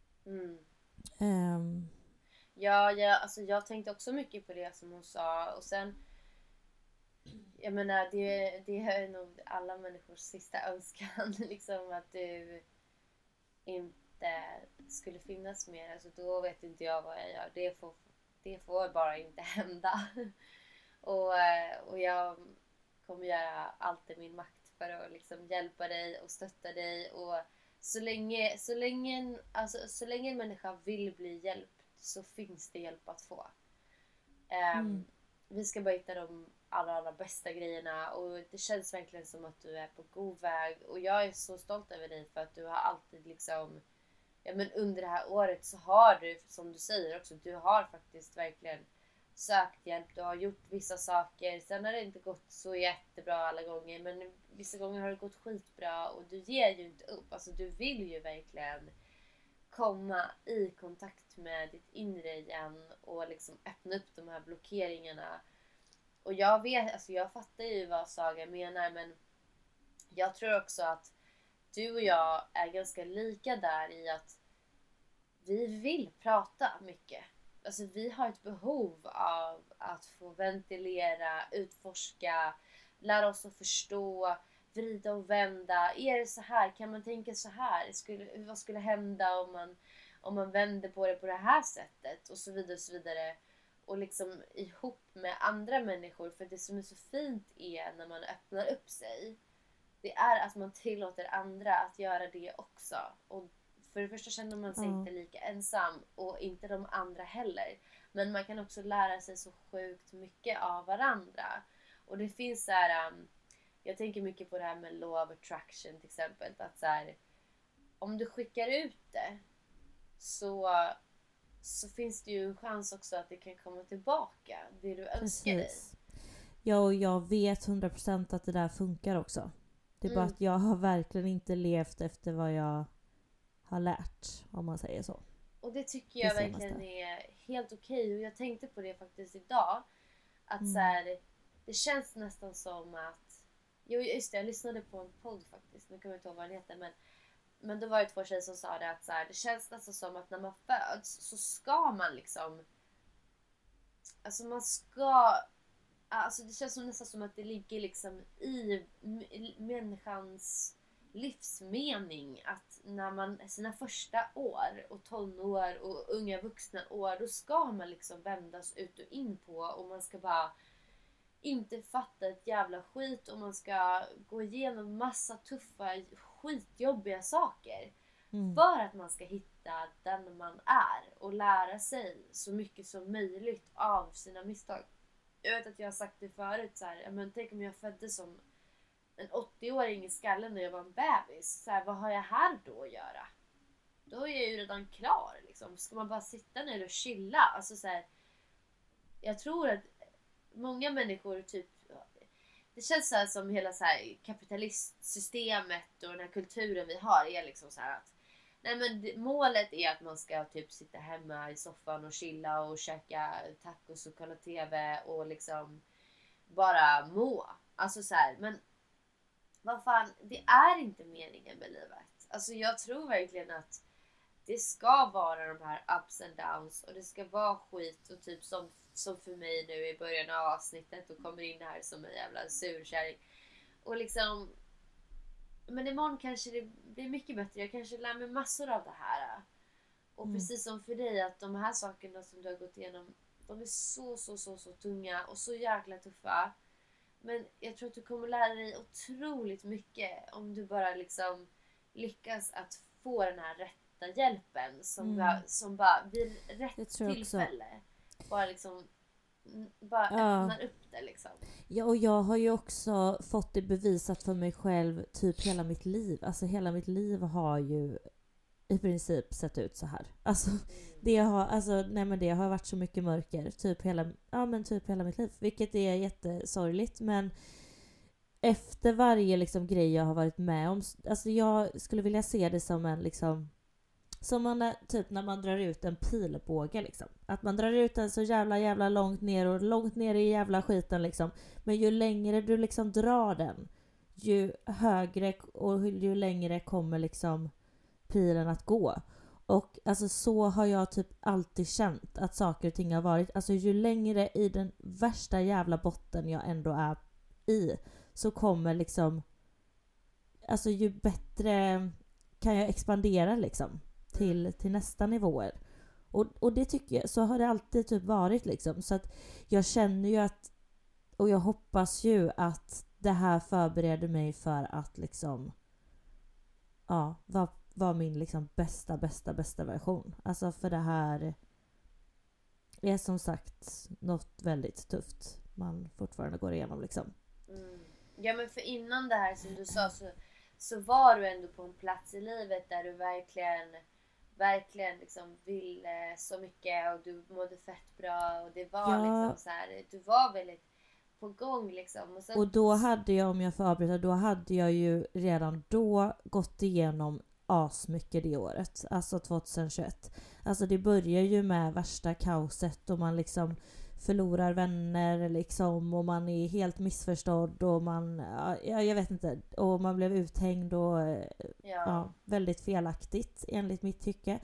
Alltså jag tänkte också mycket på det som hon sa, och sen jag menar det är nog alla människors sista önskan liksom, att du inte skulle finnas mer. Alltså då vet inte jag vad jag gör. Det får bara inte hända. Och jag kommer göra allt i min makt för att liksom hjälpa dig och stötta dig, och så länge en människa vill bli hjälpt så finns det hjälp att få. Vi ska bara hitta de allra bästa grejerna, och det känns verkligen som att du är på god väg, och jag är så stolt över dig för att du har alltid liksom, ja men under det här året så har du, som du säger också, du har faktiskt verkligen sökt hjälp, du har gjort vissa saker, sen har det inte gått så jättebra alla gånger, men vissa gånger har det gått skitbra, och du ger ju inte upp, alltså du vill ju verkligen komma i kontakt med ditt inre igen och liksom öppna upp de här blockeringarna. Och jag vet, alltså jag fattar ju vad Saga menar, men jag tror också att du och jag är ganska lika där i att vi vill prata mycket. Alltså vi har ett behov av att få ventilera, utforska, lära oss att förstå, vrida och vända. Är det så här? Kan man tänka så här? Vad skulle hända om man vänder på det på det här sättet? Och så vidare och så vidare. Och liksom ihop med andra människor. För det som är så fint är när man öppnar upp sig. Det är att man tillåter andra att göra det också. Och för det första känner man sig inte lika ensam. Och inte de andra heller. Men man kan också lära sig så sjukt mycket av varandra. Och det finns så här... Jag tänker mycket på det här med law of attraction till exempel. Att så här, om du skickar ut det så finns det ju en chans också att det kan komma tillbaka. Det du önskar dig. Ja, och jag vet 100% att det där funkar också. Det är bara att jag har verkligen inte levt efter vad jag har lärt, om man säger så. Och det tycker jag verkligen är helt okej. Och jag tänkte på det faktiskt idag. Att så här, det känns nästan som att... Jo, just det, jag lyssnade på en podd faktiskt. Nu kommer jag inte ihåg vad den heter. Men då var det 2 tjejer som sa det att så här, det känns nästan som att när man föds så ska man liksom... Alltså man ska... Alltså det känns nästan som att det ligger liksom i människans livsmening att när man sina första år och tonår och unga vuxna år, då ska man liksom vändas ut och in på, och man ska bara inte fatta ett jävla skit, och man ska gå igenom massa tuffa skitjobbiga saker för att man ska hitta den man är och lära sig så mycket som möjligt av sina misstag. Jag vet att jag har sagt det förut så här, men tänk om jag föddes som en 80-åring i skallen när jag var en bebis. Så här, vad har jag här då att göra? Då är jag ju redan klar liksom. Ska man bara sitta ner och chilla? Alltså så här, jag tror att många människor typ... Det känns så här som hela så här kapitalistsystemet och den här kulturen vi har är liksom så här att... Nej men målet är att man ska typ sitta hemma i soffan och chilla och käka tacos och kolla tv och liksom bara må. Alltså så här, men vad fan, det är inte meningen med livet. Alltså jag tror verkligen att det ska vara de här ups and downs, och det ska vara skit, och typ som för mig nu i början av avsnittet och kommer in här som en jävla surkärring. Och liksom, men imorgon kanske det blir mycket bättre. Jag kanske lär mig massor av det här. Och precis som för dig, att de här sakerna som du har gått igenom, de är så tunga och så jäkla tuffa. Men jag tror att du kommer lära dig otroligt mycket om du bara liksom lyckas att få den här rätta hjälpen som bara vid rätt tillfälle bara liksom bara öppnar upp det liksom. Ja, och jag har ju också fått det bevisat för mig själv typ hela mitt liv. Alltså hela mitt liv har ju i princip sett ut så här. Alltså det har varit så mycket mörker typ hela mitt liv, vilket är jättesorgligt, men efter varje liksom grej jag har varit med om, alltså jag skulle vilja se det som en liksom, som man typ när man drar ut en pilbåge liksom. Att man drar ut den så jävla långt ner och långt ner i jävla skiten liksom. Men ju längre du liksom drar den, ju högre och ju längre kommer liksom pilen att gå. Och alltså så har jag typ alltid känt att saker och ting har varit. Alltså ju längre i den värsta jävla botten jag ändå är i, så kommer liksom, alltså ju bättre kan jag expandera liksom till nästa nivåer. Och det tycker jag, så har det alltid typ varit liksom. Så att jag känner ju att, och jag hoppas ju att det här förbereder mig för att liksom vara min liksom bästa version. Alltså för det här är som sagt något väldigt tufft man fortfarande går igenom liksom. Ja, men för innan det här som du sa så var du ändå på en plats i livet där du verkligen liksom ville så mycket och du mådde fett bra och det var liksom så här, du var väldigt på gång liksom. Och då hade jag, om jag får avbryta, då hade jag ju redan då gått igenom asmycket det året, alltså 2021. Alltså det börjar ju med värsta kaoset och man liksom förlorar vänner liksom och man är helt missförstådd och man, jag vet inte, och man blev uthängd och väldigt felaktigt enligt mitt tycke.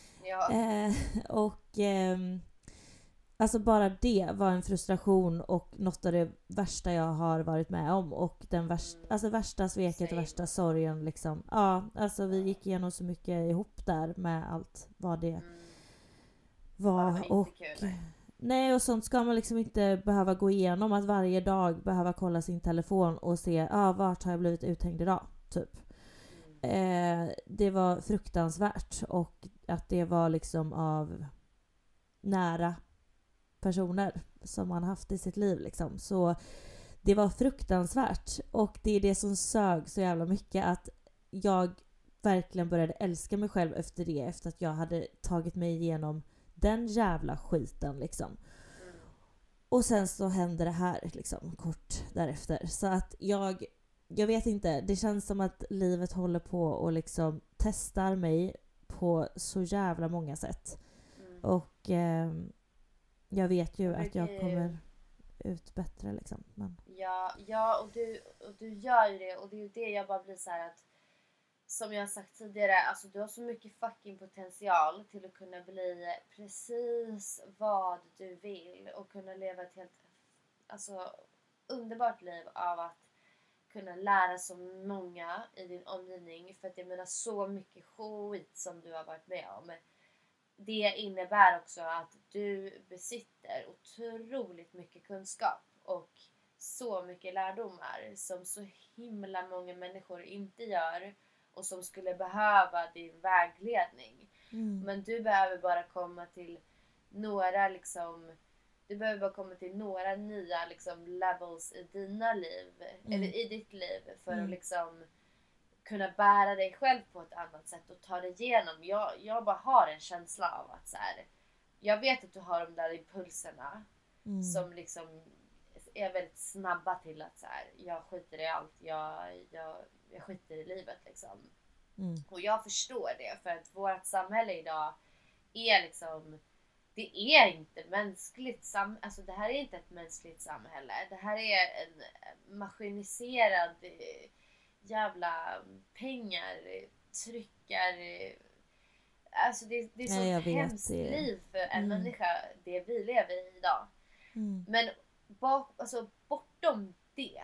Alltså bara det var en frustration och något av det värsta jag har varit med om och den värsta sveket och värsta sorgen liksom. Ja, alltså vi gick igenom så mycket ihop där med allt vad det var och nej, och sånt ska man liksom inte behöva gå igenom, att varje dag behöva kolla sin telefon och se vart har jag blivit uthängd idag typ. Det var fruktansvärt och att det var liksom av nära personer som man haft i sitt liv liksom. Så det var fruktansvärt och det är det som sög så jävla mycket, att jag verkligen började älska mig själv efter det, efter att jag hade tagit mig igenom den jävla skiten liksom. Och sen så hände det här liksom kort därefter. Så att jag vet inte, det känns som att livet håller på och liksom testar mig på så jävla många sätt. Och jag vet ju att jag kommer ut bättre liksom. Men... Ja, och du gör ju det, och det är ju det jag bara blir så här att, som jag har sagt tidigare, alltså du har så mycket fucking potential till att kunna bli precis vad du vill och kunna leva ett helt underbart liv av att kunna lära så många i din omgivning. För att jag menar, så mycket skit som du har varit med om, det innebär också att du besitter otroligt mycket kunskap och så mycket lärdomar som så himla många människor inte gör och som skulle behöva din vägledning. Men du behöver bara komma till några nya liksom levels i dina liv eller i ditt liv för att liksom kunna bära dig själv på ett annat sätt och ta dig igenom. Jag bara har en känsla av att så här, jag vet att du har de där impulserna som liksom är väldigt snabba till att så här, jag skiter i allt, jag skiter i livet liksom. Och jag förstår det, för att vårt samhälle idag är liksom, det är inte mänskligt alltså det här är inte ett mänskligt samhälle. Det här är en maskiniserad jävla pengar, tryckar, alltså det är så ett hemskt liv för en människa, det vi lever i idag. Men bortom det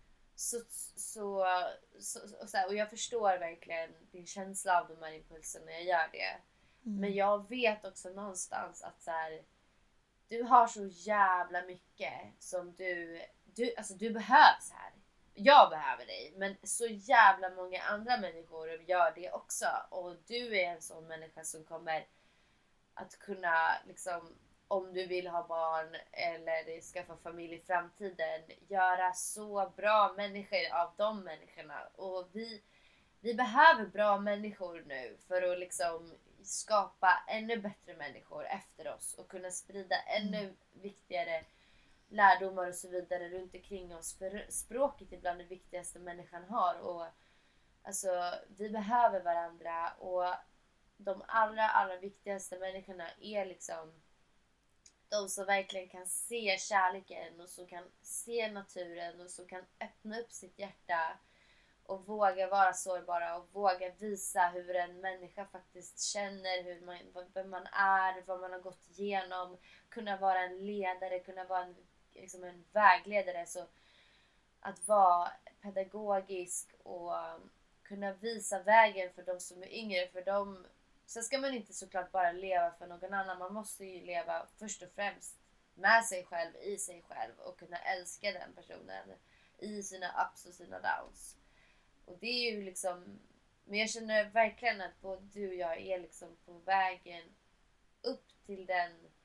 så här, och jag förstår verkligen din känsla av de här impulserna, jag gör det. Men jag vet också någonstans att så här, du har så jävla mycket som du behövs här. Jag behöver dig, men så jävla många andra människor gör det också. Och du är en sån människa som kommer att kunna liksom, om du vill ha barn eller skaffa familj i framtiden, göra så bra människor av de människorna. Och vi behöver bra människor nu för att liksom skapa ännu bättre människor efter oss och kunna sprida ännu viktigare lärdomar och så vidare runt omkring oss. För språket är bland det viktigaste människan har, och alltså vi behöver varandra, och de allra viktigaste människorna är liksom de som verkligen kan se kärleken och som kan se naturen och som kan öppna upp sitt hjärta och våga vara sårbara och våga visa hur en människa faktiskt känner, vem man är, vad man har gått igenom, kunna vara en ledare, kunna vara en vägledare, så att vara pedagogisk och kunna visa vägen för de som är yngre, för dem. Sen ska man inte såklart bara leva för någon annan, man måste ju leva först och främst med sig själv, i sig själv, och kunna älska den personen i sina ups och sina downs. Och det är ju liksom, men jag känner verkligen att både du och jag är liksom på vägen upp till den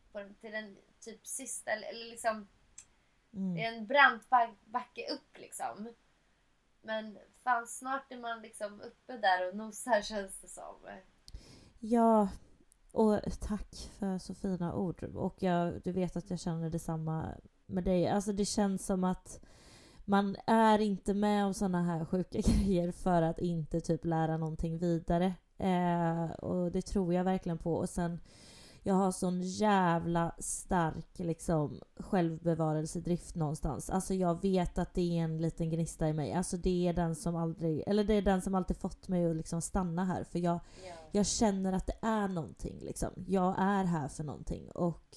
till den typ sista, eller liksom det Mm. är en brant backe upp liksom. Men fan, snart är man liksom uppe där och nosar, känns det som. Ja, och tack för så fina ord. Och du vet att jag känner detsamma med dig. Alltså det känns som att man är inte med om såna här sjuka grejer för att inte typ lära någonting vidare. Och det tror jag verkligen på. Och sen, jag har sån jävla stark liksom självbevarelsedrift någonstans. Alltså jag vet att det är en liten gnista i mig. Alltså det är den som aldrig, eller det är den som alltid fått mig att liksom stanna här. För jag känner att det är någonting liksom. Jag är här för någonting. Och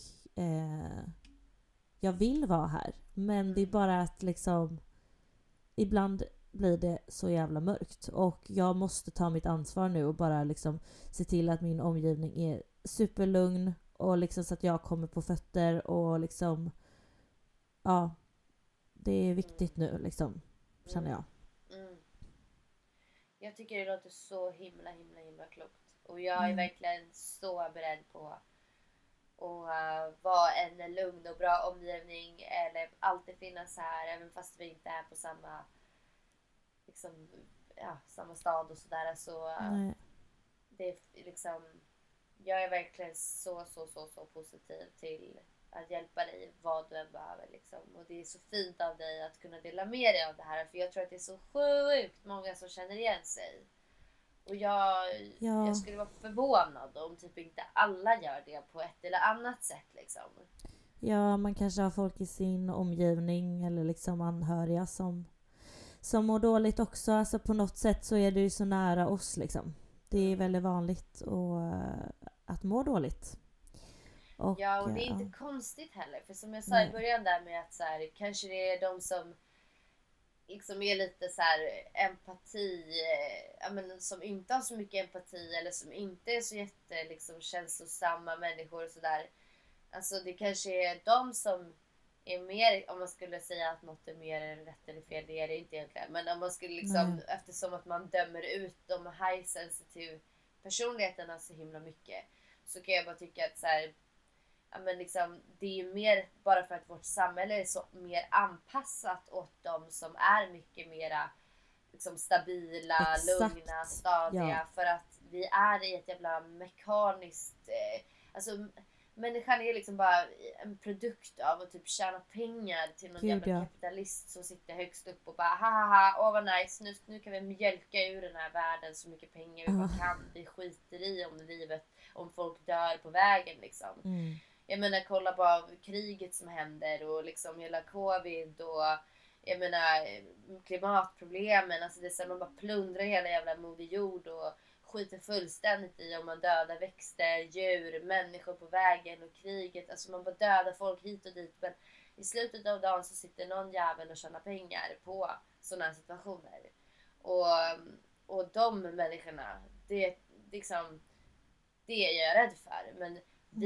jag vill vara här. Men det är bara att liksom ibland blir det så jävla mörkt. Och jag måste ta mitt ansvar nu och bara liksom se till att min omgivning är superlugn. Och liksom så att jag kommer på fötter och liksom ja, det är viktigt nu liksom, känner jag. Mm. Jag tycker det låter så himla klokt. Och jag är verkligen så beredd på att vara en lugn och bra omgivning. Eller alltid finnas här, även fast vi inte är på samma liksom, samma stad och sådär. Så Nej. det är liksom, jag är verkligen så positiv till att hjälpa dig vad du än behöver liksom. Och det är så fint av dig att kunna dela med dig av det här, för jag tror att det är så sjukt många som känner igen sig. Och jag skulle vara förvånad om typ inte alla gör det på ett eller annat sätt liksom. Ja, man kanske har folk i sin omgivning eller liksom anhöriga som mår dåligt också. Alltså på något sätt så är det ju så nära oss liksom. Det är väldigt vanligt att må dåligt. Och, ja, och det är inte konstigt heller. För som jag sa i början där med att så här, kanske det är de som liksom är lite så här empati, som inte har så mycket empati eller som inte är så jätte liksom känslosamma människor och sådär. Alltså det kanske är de som är mer, om man skulle säga att något är mer rätt eller fel, det är det inte egentligen. Men om man skulle liksom, eftersom att man dömer ut de high sensitive personligheterna så himla mycket, så kan jag bara tycka att så här, liksom, det är ju mer bara för att vårt samhälle är så mer anpassat åt dem som är mycket mera liksom stabila, lugna, stadiga. För att vi är i ett jävla mekaniskt, alltså människan är liksom bara en produkt av att typ tjäna pengar till någon jävla kapitalist som sitter högst upp och bara haha, vad nice, nu kan vi mjölka ur den här världen så mycket pengar vi bara kan. Vi skiter i om livet, om folk dör på vägen liksom. Jag menar, kolla bara kriget som händer och liksom hela covid och jag menar klimatproblemen, alltså det är så man bara plundrar hela jävla moder jord och skiter fullständigt i om man dödar växter, djur, människor på vägen och kriget. Alltså man bara dödar folk hit och dit. Men i slutet av dagen så sitter någon jävel och tjänar pengar på sådana här situationer. Och de människorna, det liksom, det är jag rädd för. Men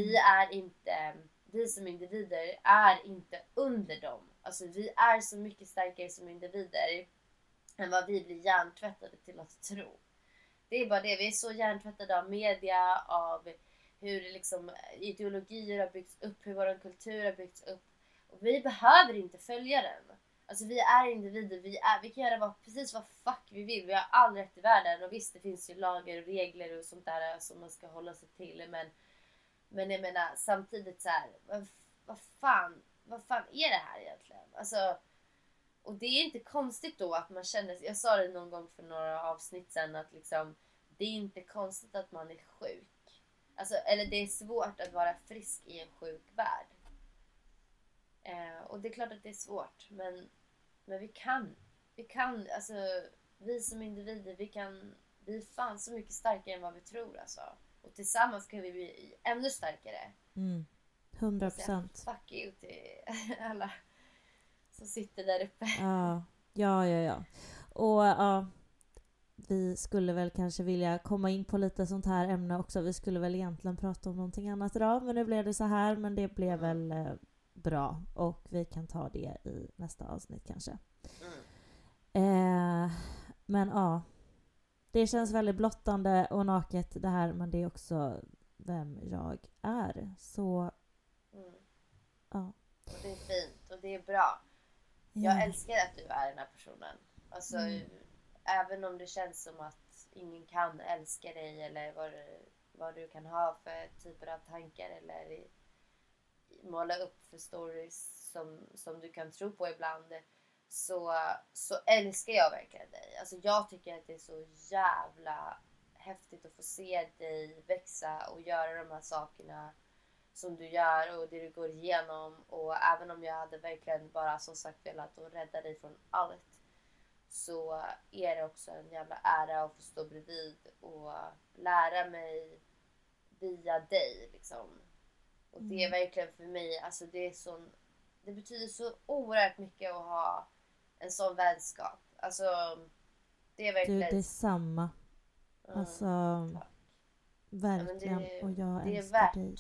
vi som individer är inte under dem. Alltså vi är så mycket starkare som individer än vad vi blir hjärntvättade till att tro. Det är bara det, vi är så hjärntvättade av media, av hur liksom ideologier har byggts upp, hur vår kultur har byggts upp. Och vi behöver inte följa den. Alltså vi är individer, vi kan göra precis vad fuck vi vill. Vi har all rätt i världen. Och visst, det finns ju lagar och regler och sånt där som man ska hålla sig till. Men jag menar, samtidigt så här, vad fan är det här egentligen? Alltså, och det är inte konstigt då att man känner, jag sa det någon gång för några avsnitt sedan, att liksom, det är inte konstigt att man är sjuk. Alltså, eller det är svårt att vara frisk i en sjuk värld. Och det är klart att det är svårt, men vi kan, alltså vi som individer, vi är fan så mycket starkare än vad vi tror alltså. Och tillsammans kan vi bli ännu starkare. 100%. Fuck you till alla som sitter där uppe. Ja. Och ja, vi skulle väl kanske vilja komma in på lite sånt här ämne också. Vi skulle väl egentligen prata om någonting annat idag, men nu blev det så här. Men det blev väl bra. Och vi kan ta det i nästa avsnitt kanske. Men ja, det känns väldigt blottande och naket det här, men det är också vem jag är. Så Ja. Och det är fint och det är bra. Ja. Jag älskar att du är den här personen. Alltså, även om det känns som att ingen kan älska dig eller vad du kan ha för typer av tankar eller måla upp för stories som du kan tro på ibland, så älskar jag verkligen dig. Alltså jag tycker att det är så jävla häftigt att få se dig växa och göra de här sakerna som du gör och det du går igenom. Och även om jag hade verkligen bara som sagt velat att rädda dig från allt, så är det också en jävla ära att få stå bredvid och lära mig via dig liksom. Och det är verkligen för mig, alltså det betyder så oerhört mycket att ha en sån vänskap. Alltså det är verkligen... Du, det är samma. Alltså, tack. verkligen. Ja, och jag det är älskar värt. dig.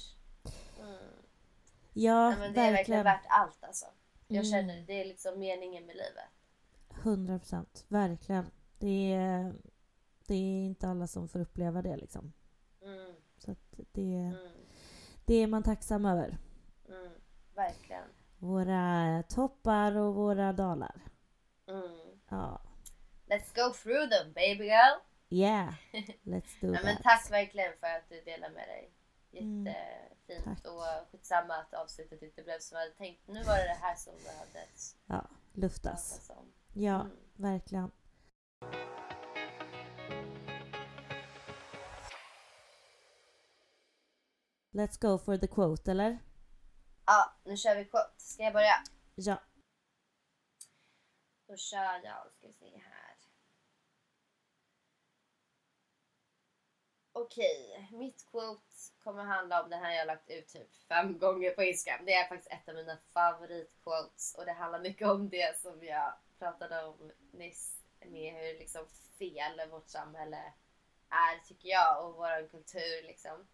Ja, Ja, men det är verkligen värt allt alltså. Jag känner det är liksom meningen med livet. 100%. Verkligen. Det är inte alla som får uppleva det liksom. Så att det är man tacksam över. Verkligen. Våra toppar och våra dalar. Ja. Let's go through them, baby girl. Yeah, let's do ja, that. men tack verkligen för att du delar med dig. Jättefint. Tack. Och skitsamma att avslutet inte blev som jag hade tänkt. Nu var det här som behövde luftas. om. Ja, verkligen. Let's go for the quote, eller? Ja, nu kör vi quote. Ska jag börja? Ja. Då kör jag. Ska vi se här. Okej, mitt quote kommer handla om det här jag har lagt ut typ 5 gånger på Instagram. Det är faktiskt ett av mina favoritquotes. Och det handlar mycket om det som jag pratade om nyss. Med hur liksom fel vårt samhälle är, tycker jag. Och vår kultur liksom.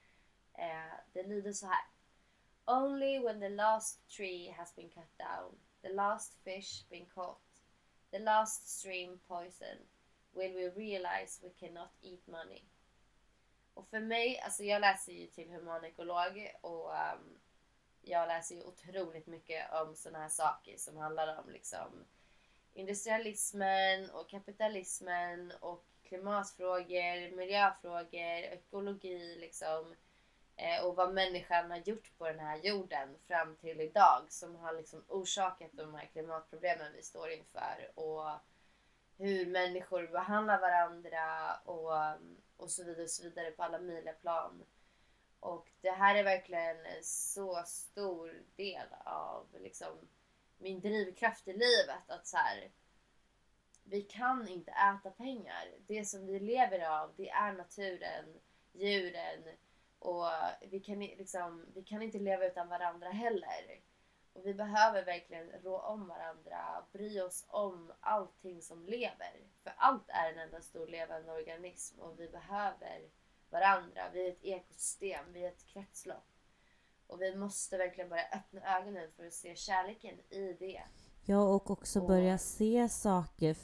Det lyder så här. Only when the last tree has been cut down, the last fish been caught, the last stream poisoned, will we realize we cannot eat money. Och för mig, alltså jag läser ju till humanekolog och jag läser ju otroligt mycket om såna här saker som handlar om liksom industrialismen och kapitalismen och klimatfrågor, miljöfrågor, ekologi liksom. Och vad människan har gjort på den här jorden fram till idag som har liksom orsakat de här klimatproblemen vi står inför och hur människor behandlar varandra och så vidare på alla möjliga plan. Och det här är verkligen en så stor del av liksom min drivkraft i livet, att så här, vi kan inte äta pengar. Det som vi lever av, det är naturen, djuren. Och vi kan inte leva utan varandra heller. Och vi behöver verkligen rå om varandra. Bry oss om allting som lever. För allt är en enda stor levande organism. Och vi behöver varandra. Vi är ett ekosystem. Vi är ett kretslopp. Och vi måste verkligen bara öppna ögonen för att se kärleken i det. Ja, och också börja se saker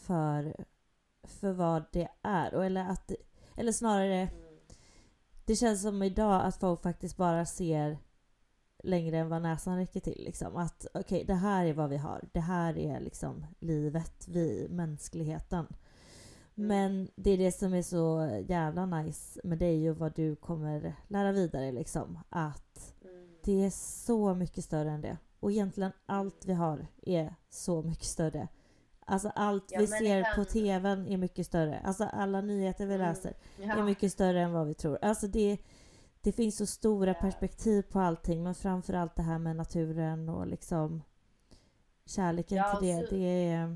för vad det är. Eller snarare... Det känns som idag att folk faktiskt bara ser längre än vad näsan räcker till. Liksom. Att okej, det här är vad vi har. Det här är liksom livet, mänskligheten. Men det är det som är så jävla nice med dig och vad du kommer lära vidare. Liksom. Att det är så mycket större än det. Och egentligen allt vi har är så mycket större. Alltså allt vi ser på tvn är mycket större. Alltså alla nyheter vi läser är mycket större än vad vi tror. Alltså det finns så stora perspektiv på allting. Men framförallt det här med naturen och liksom kärleken till det.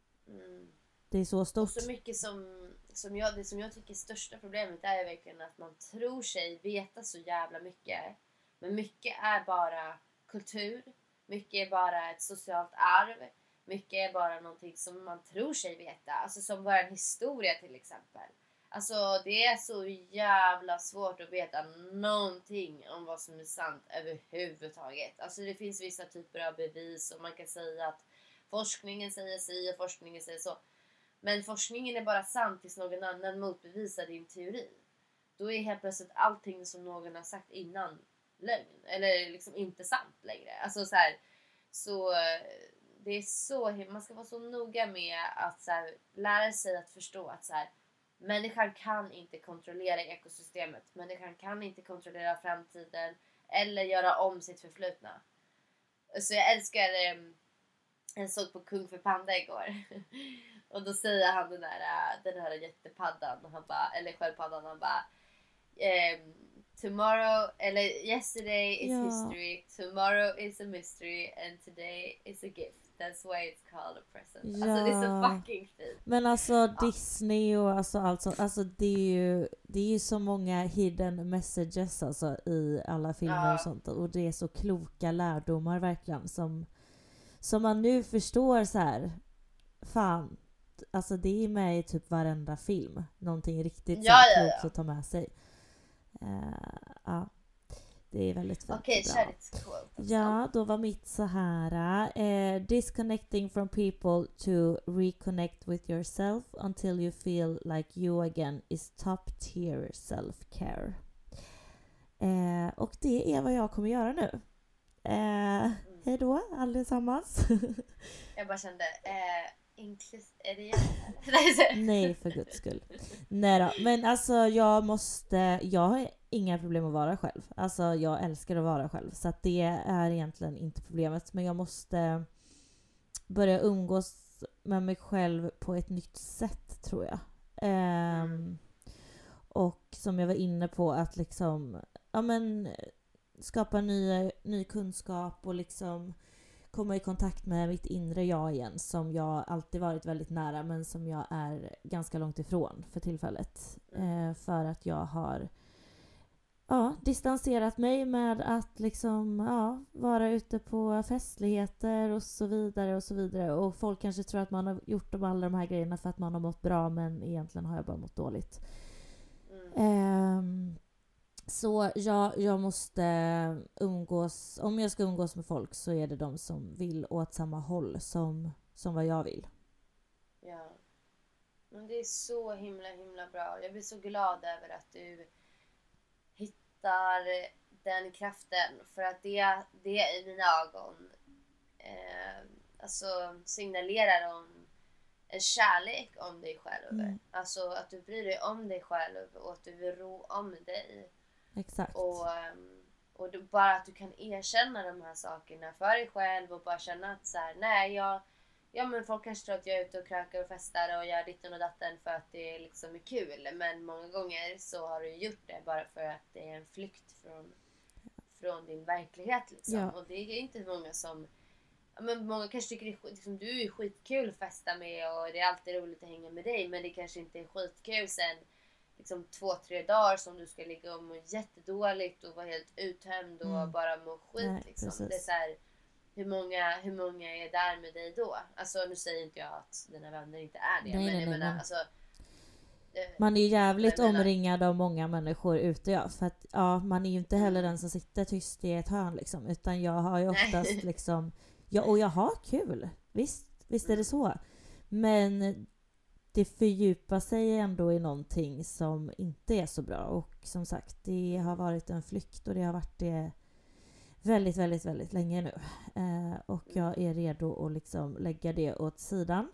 Det är så stort. Och så mycket det som jag tycker är största problemet är verkligen att man tror sig veta så jävla mycket. Men mycket är bara kultur. Mycket är bara ett socialt arv. Mycket är bara någonting som man tror sig veta. Alltså som vår historia till exempel. Alltså det är så jävla svårt att veta någonting om vad som är sant överhuvudtaget. Alltså det finns vissa typer av bevis och man kan säga att forskningen säger si och forskningen säger så. Men forskningen är bara sant tills någon annan motbevisar din teori. Då är helt plötsligt allting som någon har sagt innan lögn. Eller liksom inte sant längre. Alltså så här, så det är så, man ska vara så noga med att så här, lära sig att förstå att så här, människan kan inte kontrollera ekosystemet. Människan kan inte kontrollera framtiden eller göra om sitt förflutna. Så jag älskar, jag såg på Kung för Panda igår. Och då säger han den här jättepaddan, och han bara, eller sköldpaddan, han bara tomorrow, eller yesterday is history, tomorrow is a mystery and today is a gift. That's why it's called a present. Ja. Alltså det är så fucking fint. Men alltså Disney och alltså det är ju så många hidden messages alltså i alla filmer och sånt, och det är så kloka lärdomar verkligen som man nu förstår så här. Fan, alltså det är med i typ varenda film. Någonting riktigt så klokt att ta med sig. Ja, det är väldigt fint. Okej, kör ditt quote. Ja, då var mitt så här. Disconnecting from people to reconnect with yourself until you feel like you again is top tier self-care. Och det är vad jag kommer göra nu. Hej då allesammans. Jag bara kände, är det jag? Nej, för guds skull. Nej då. Men alltså jag har inga problem att vara själv. Alltså jag älskar att vara själv. Så att det är egentligen inte problemet. Men jag måste börja umgås med mig själv på ett nytt sätt, tror jag. Och som jag var inne på, att liksom skapa ny kunskap och liksom komma i kontakt med mitt inre jag igen, som jag alltid varit väldigt nära men som jag är ganska långt ifrån för tillfället. För att jag har distanserat mig med att liksom vara ute på festligheter och så vidare och så vidare. Och folk kanske tror att man har gjort alla de här grejerna för att man har mått bra, men egentligen har jag bara mått dåligt. Så jag måste umgås. Om jag ska umgås med folk så är det de som vill åt samma håll som vad jag vill. Ja. Men det är så himla bra. Jag blir så glad över att du hittar den kraften. För att det i mina ögon alltså signalerar om en kärlek om dig själv. Alltså att du bryr dig om dig själv och att du vill ro om dig. Exakt. Och bara att du kan erkänna de här sakerna för dig själv och bara känna att så här, nej, men folk kanske tror att jag är ute och krökar och festar och gör ditten och datten för att det liksom är kul. Men många gånger så har du gjort det bara för att det är en flykt från din verklighet liksom. Ja. Och det är inte många som... Men många kanske tycker det är, liksom, du är skitkul att festa med och det är alltid roligt att hänga med dig. Men det kanske inte är skitkul sen liksom 2-3 dagar som du ska ligga och må jättedåligt och vara helt uttömd och bara må skit. Nej, liksom. Det är så här, hur många är där med dig då? Alltså nu säger inte jag att dina vänner inte är det. Nej, men jag menar, alltså, man är ju jävligt omringad av många människor ute, för att man är ju inte heller den som sitter tyst i ett hörn liksom, utan jag har ju oftast liksom och jag har kul. Visst är det så. Men det fördjupar sig ändå i någonting som inte är så bra. Och som sagt, det har varit en flykt och det har varit det väldigt, väldigt, väldigt länge nu. Och jag är redo att liksom lägga det åt sidan.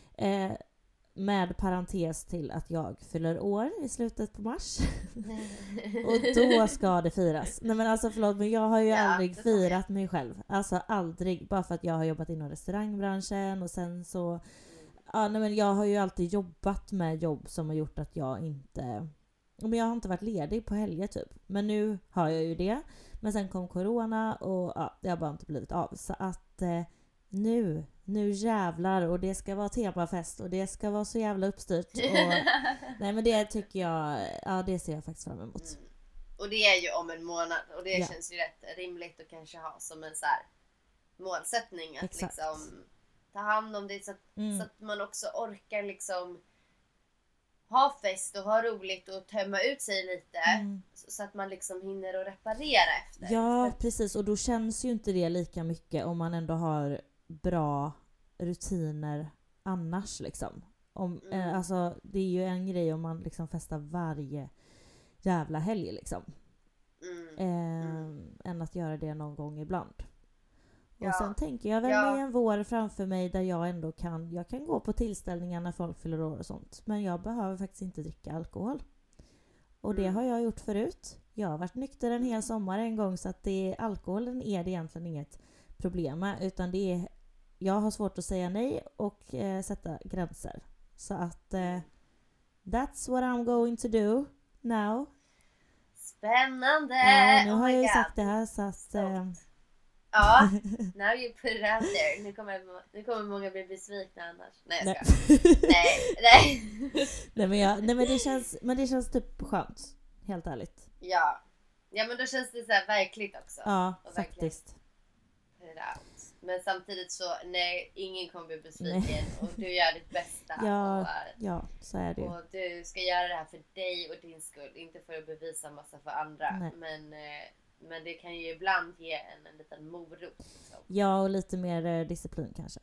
Med parentes till att jag fyller år i slutet på mars. Och då ska det firas. Nej men alltså förlåt, men jag har ju aldrig firat mig själv. Alltså aldrig. Bara för att jag har jobbat inom restaurangbranschen. Och sen så... nej men jag har ju alltid jobbat med jobb som har gjort att jag inte... Men jag har inte varit ledig på helger typ. Men nu har jag ju det. Men sen kom corona och det har bara inte blivit av. Så att nu jävlar, och det ska vara temafest och det ska vara så jävla uppstyrt. Och, nej men det tycker jag, det ser jag faktiskt fram emot. Och det är ju om en månad och det känns ju rätt rimligt att kanske ha som en så här målsättning att liksom ta hand om det så att man också orkar liksom ha fest och ha roligt och tömma ut sig lite så att man liksom hinner att reparera efter. Ja, precis, och då känns ju inte det lika mycket om man ändå har bra rutiner annars liksom. Alltså det är ju en grej om man liksom festar varje jävla helg liksom. än att göra det någon gång ibland. Ja. Och sen tänker jag väl med en vår framför mig där jag ändå kan gå på tillställningar när folk fyller år och sånt. Men jag behöver faktiskt inte dricka alkohol. Och det har jag gjort förut. Jag har varit nykter en hel sommar en gång, så att alkoholen är det egentligen inget problem med, utan jag har svårt att säga nej och sätta gränser. Så att that's what I'm going to do now. Spännande! Ja, nu har jag ju sagt det här, så att... Ja, now you put it out there. Nu kommer många bli besvikna annars. Nej, jag ska. Nej. Men det känns typ skönt, helt ärligt. Ja, men då känns det så här verkligt också. Ja, faktiskt. Put it out. Men samtidigt så, nej, ingen kommer bli besviken. Och du gör ditt bästa. Ja, så är det ju. Och du ska göra det här för dig och din skull. Inte för att bevisa massa för andra. Men det kan ju ibland ge en liten morot. Liksom. Ja, och lite mer disciplin kanske.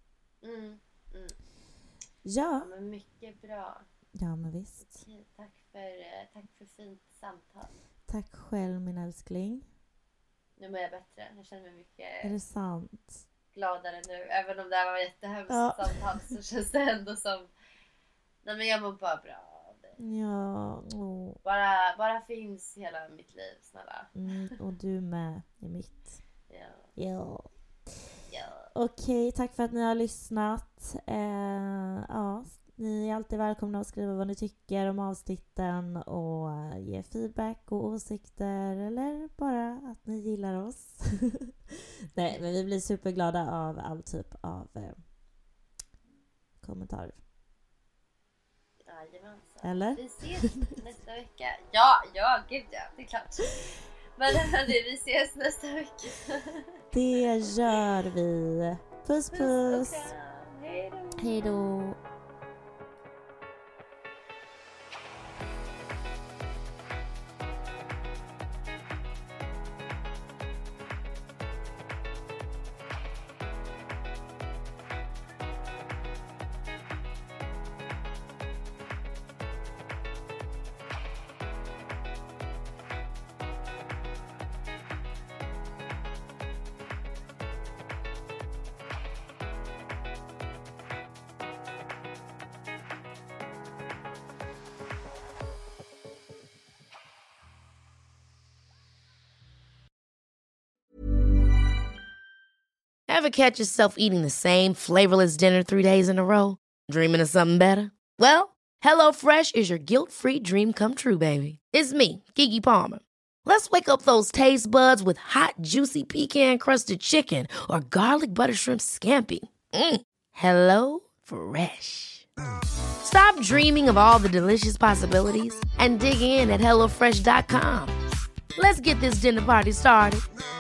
Ja. Men mycket bra. Ja, men visst. Okej, tack för fint samtal. Tack själv, min älskling. Nu mår jag bättre. Jag känner mig mycket... Är det sant? Gladare nu. Även om det här var jättehemskt samtal så känns det ändå som... Nej, men jag mår bara bra. Ja. Bara finns hela mitt liv, snälla. Och du med i mitt. Ja. Okej, tack för att ni har lyssnat. Ni är alltid välkomna att skriva vad ni tycker om avsnitten och ge feedback och åsikter, eller bara att ni gillar oss. Nej, men vi blir superglada av all typ av kommentarer. Jajamensan. Eller? Vi ses nästa vecka. Ja, gud ja, det är klart. Men vi ses nästa vecka. Det gör vi. Puss. Hej då. Ever catch yourself eating the same flavorless dinner 3 days in a row? Dreaming of something better? Well, HelloFresh is your guilt-free dream come true, baby. It's me, Keke Palmer. Let's wake up those taste buds with hot, juicy pecan-crusted chicken or garlic butter shrimp scampi. Hello Fresh. Stop dreaming of all the delicious possibilities and dig in at HelloFresh.com. Let's get this dinner party started.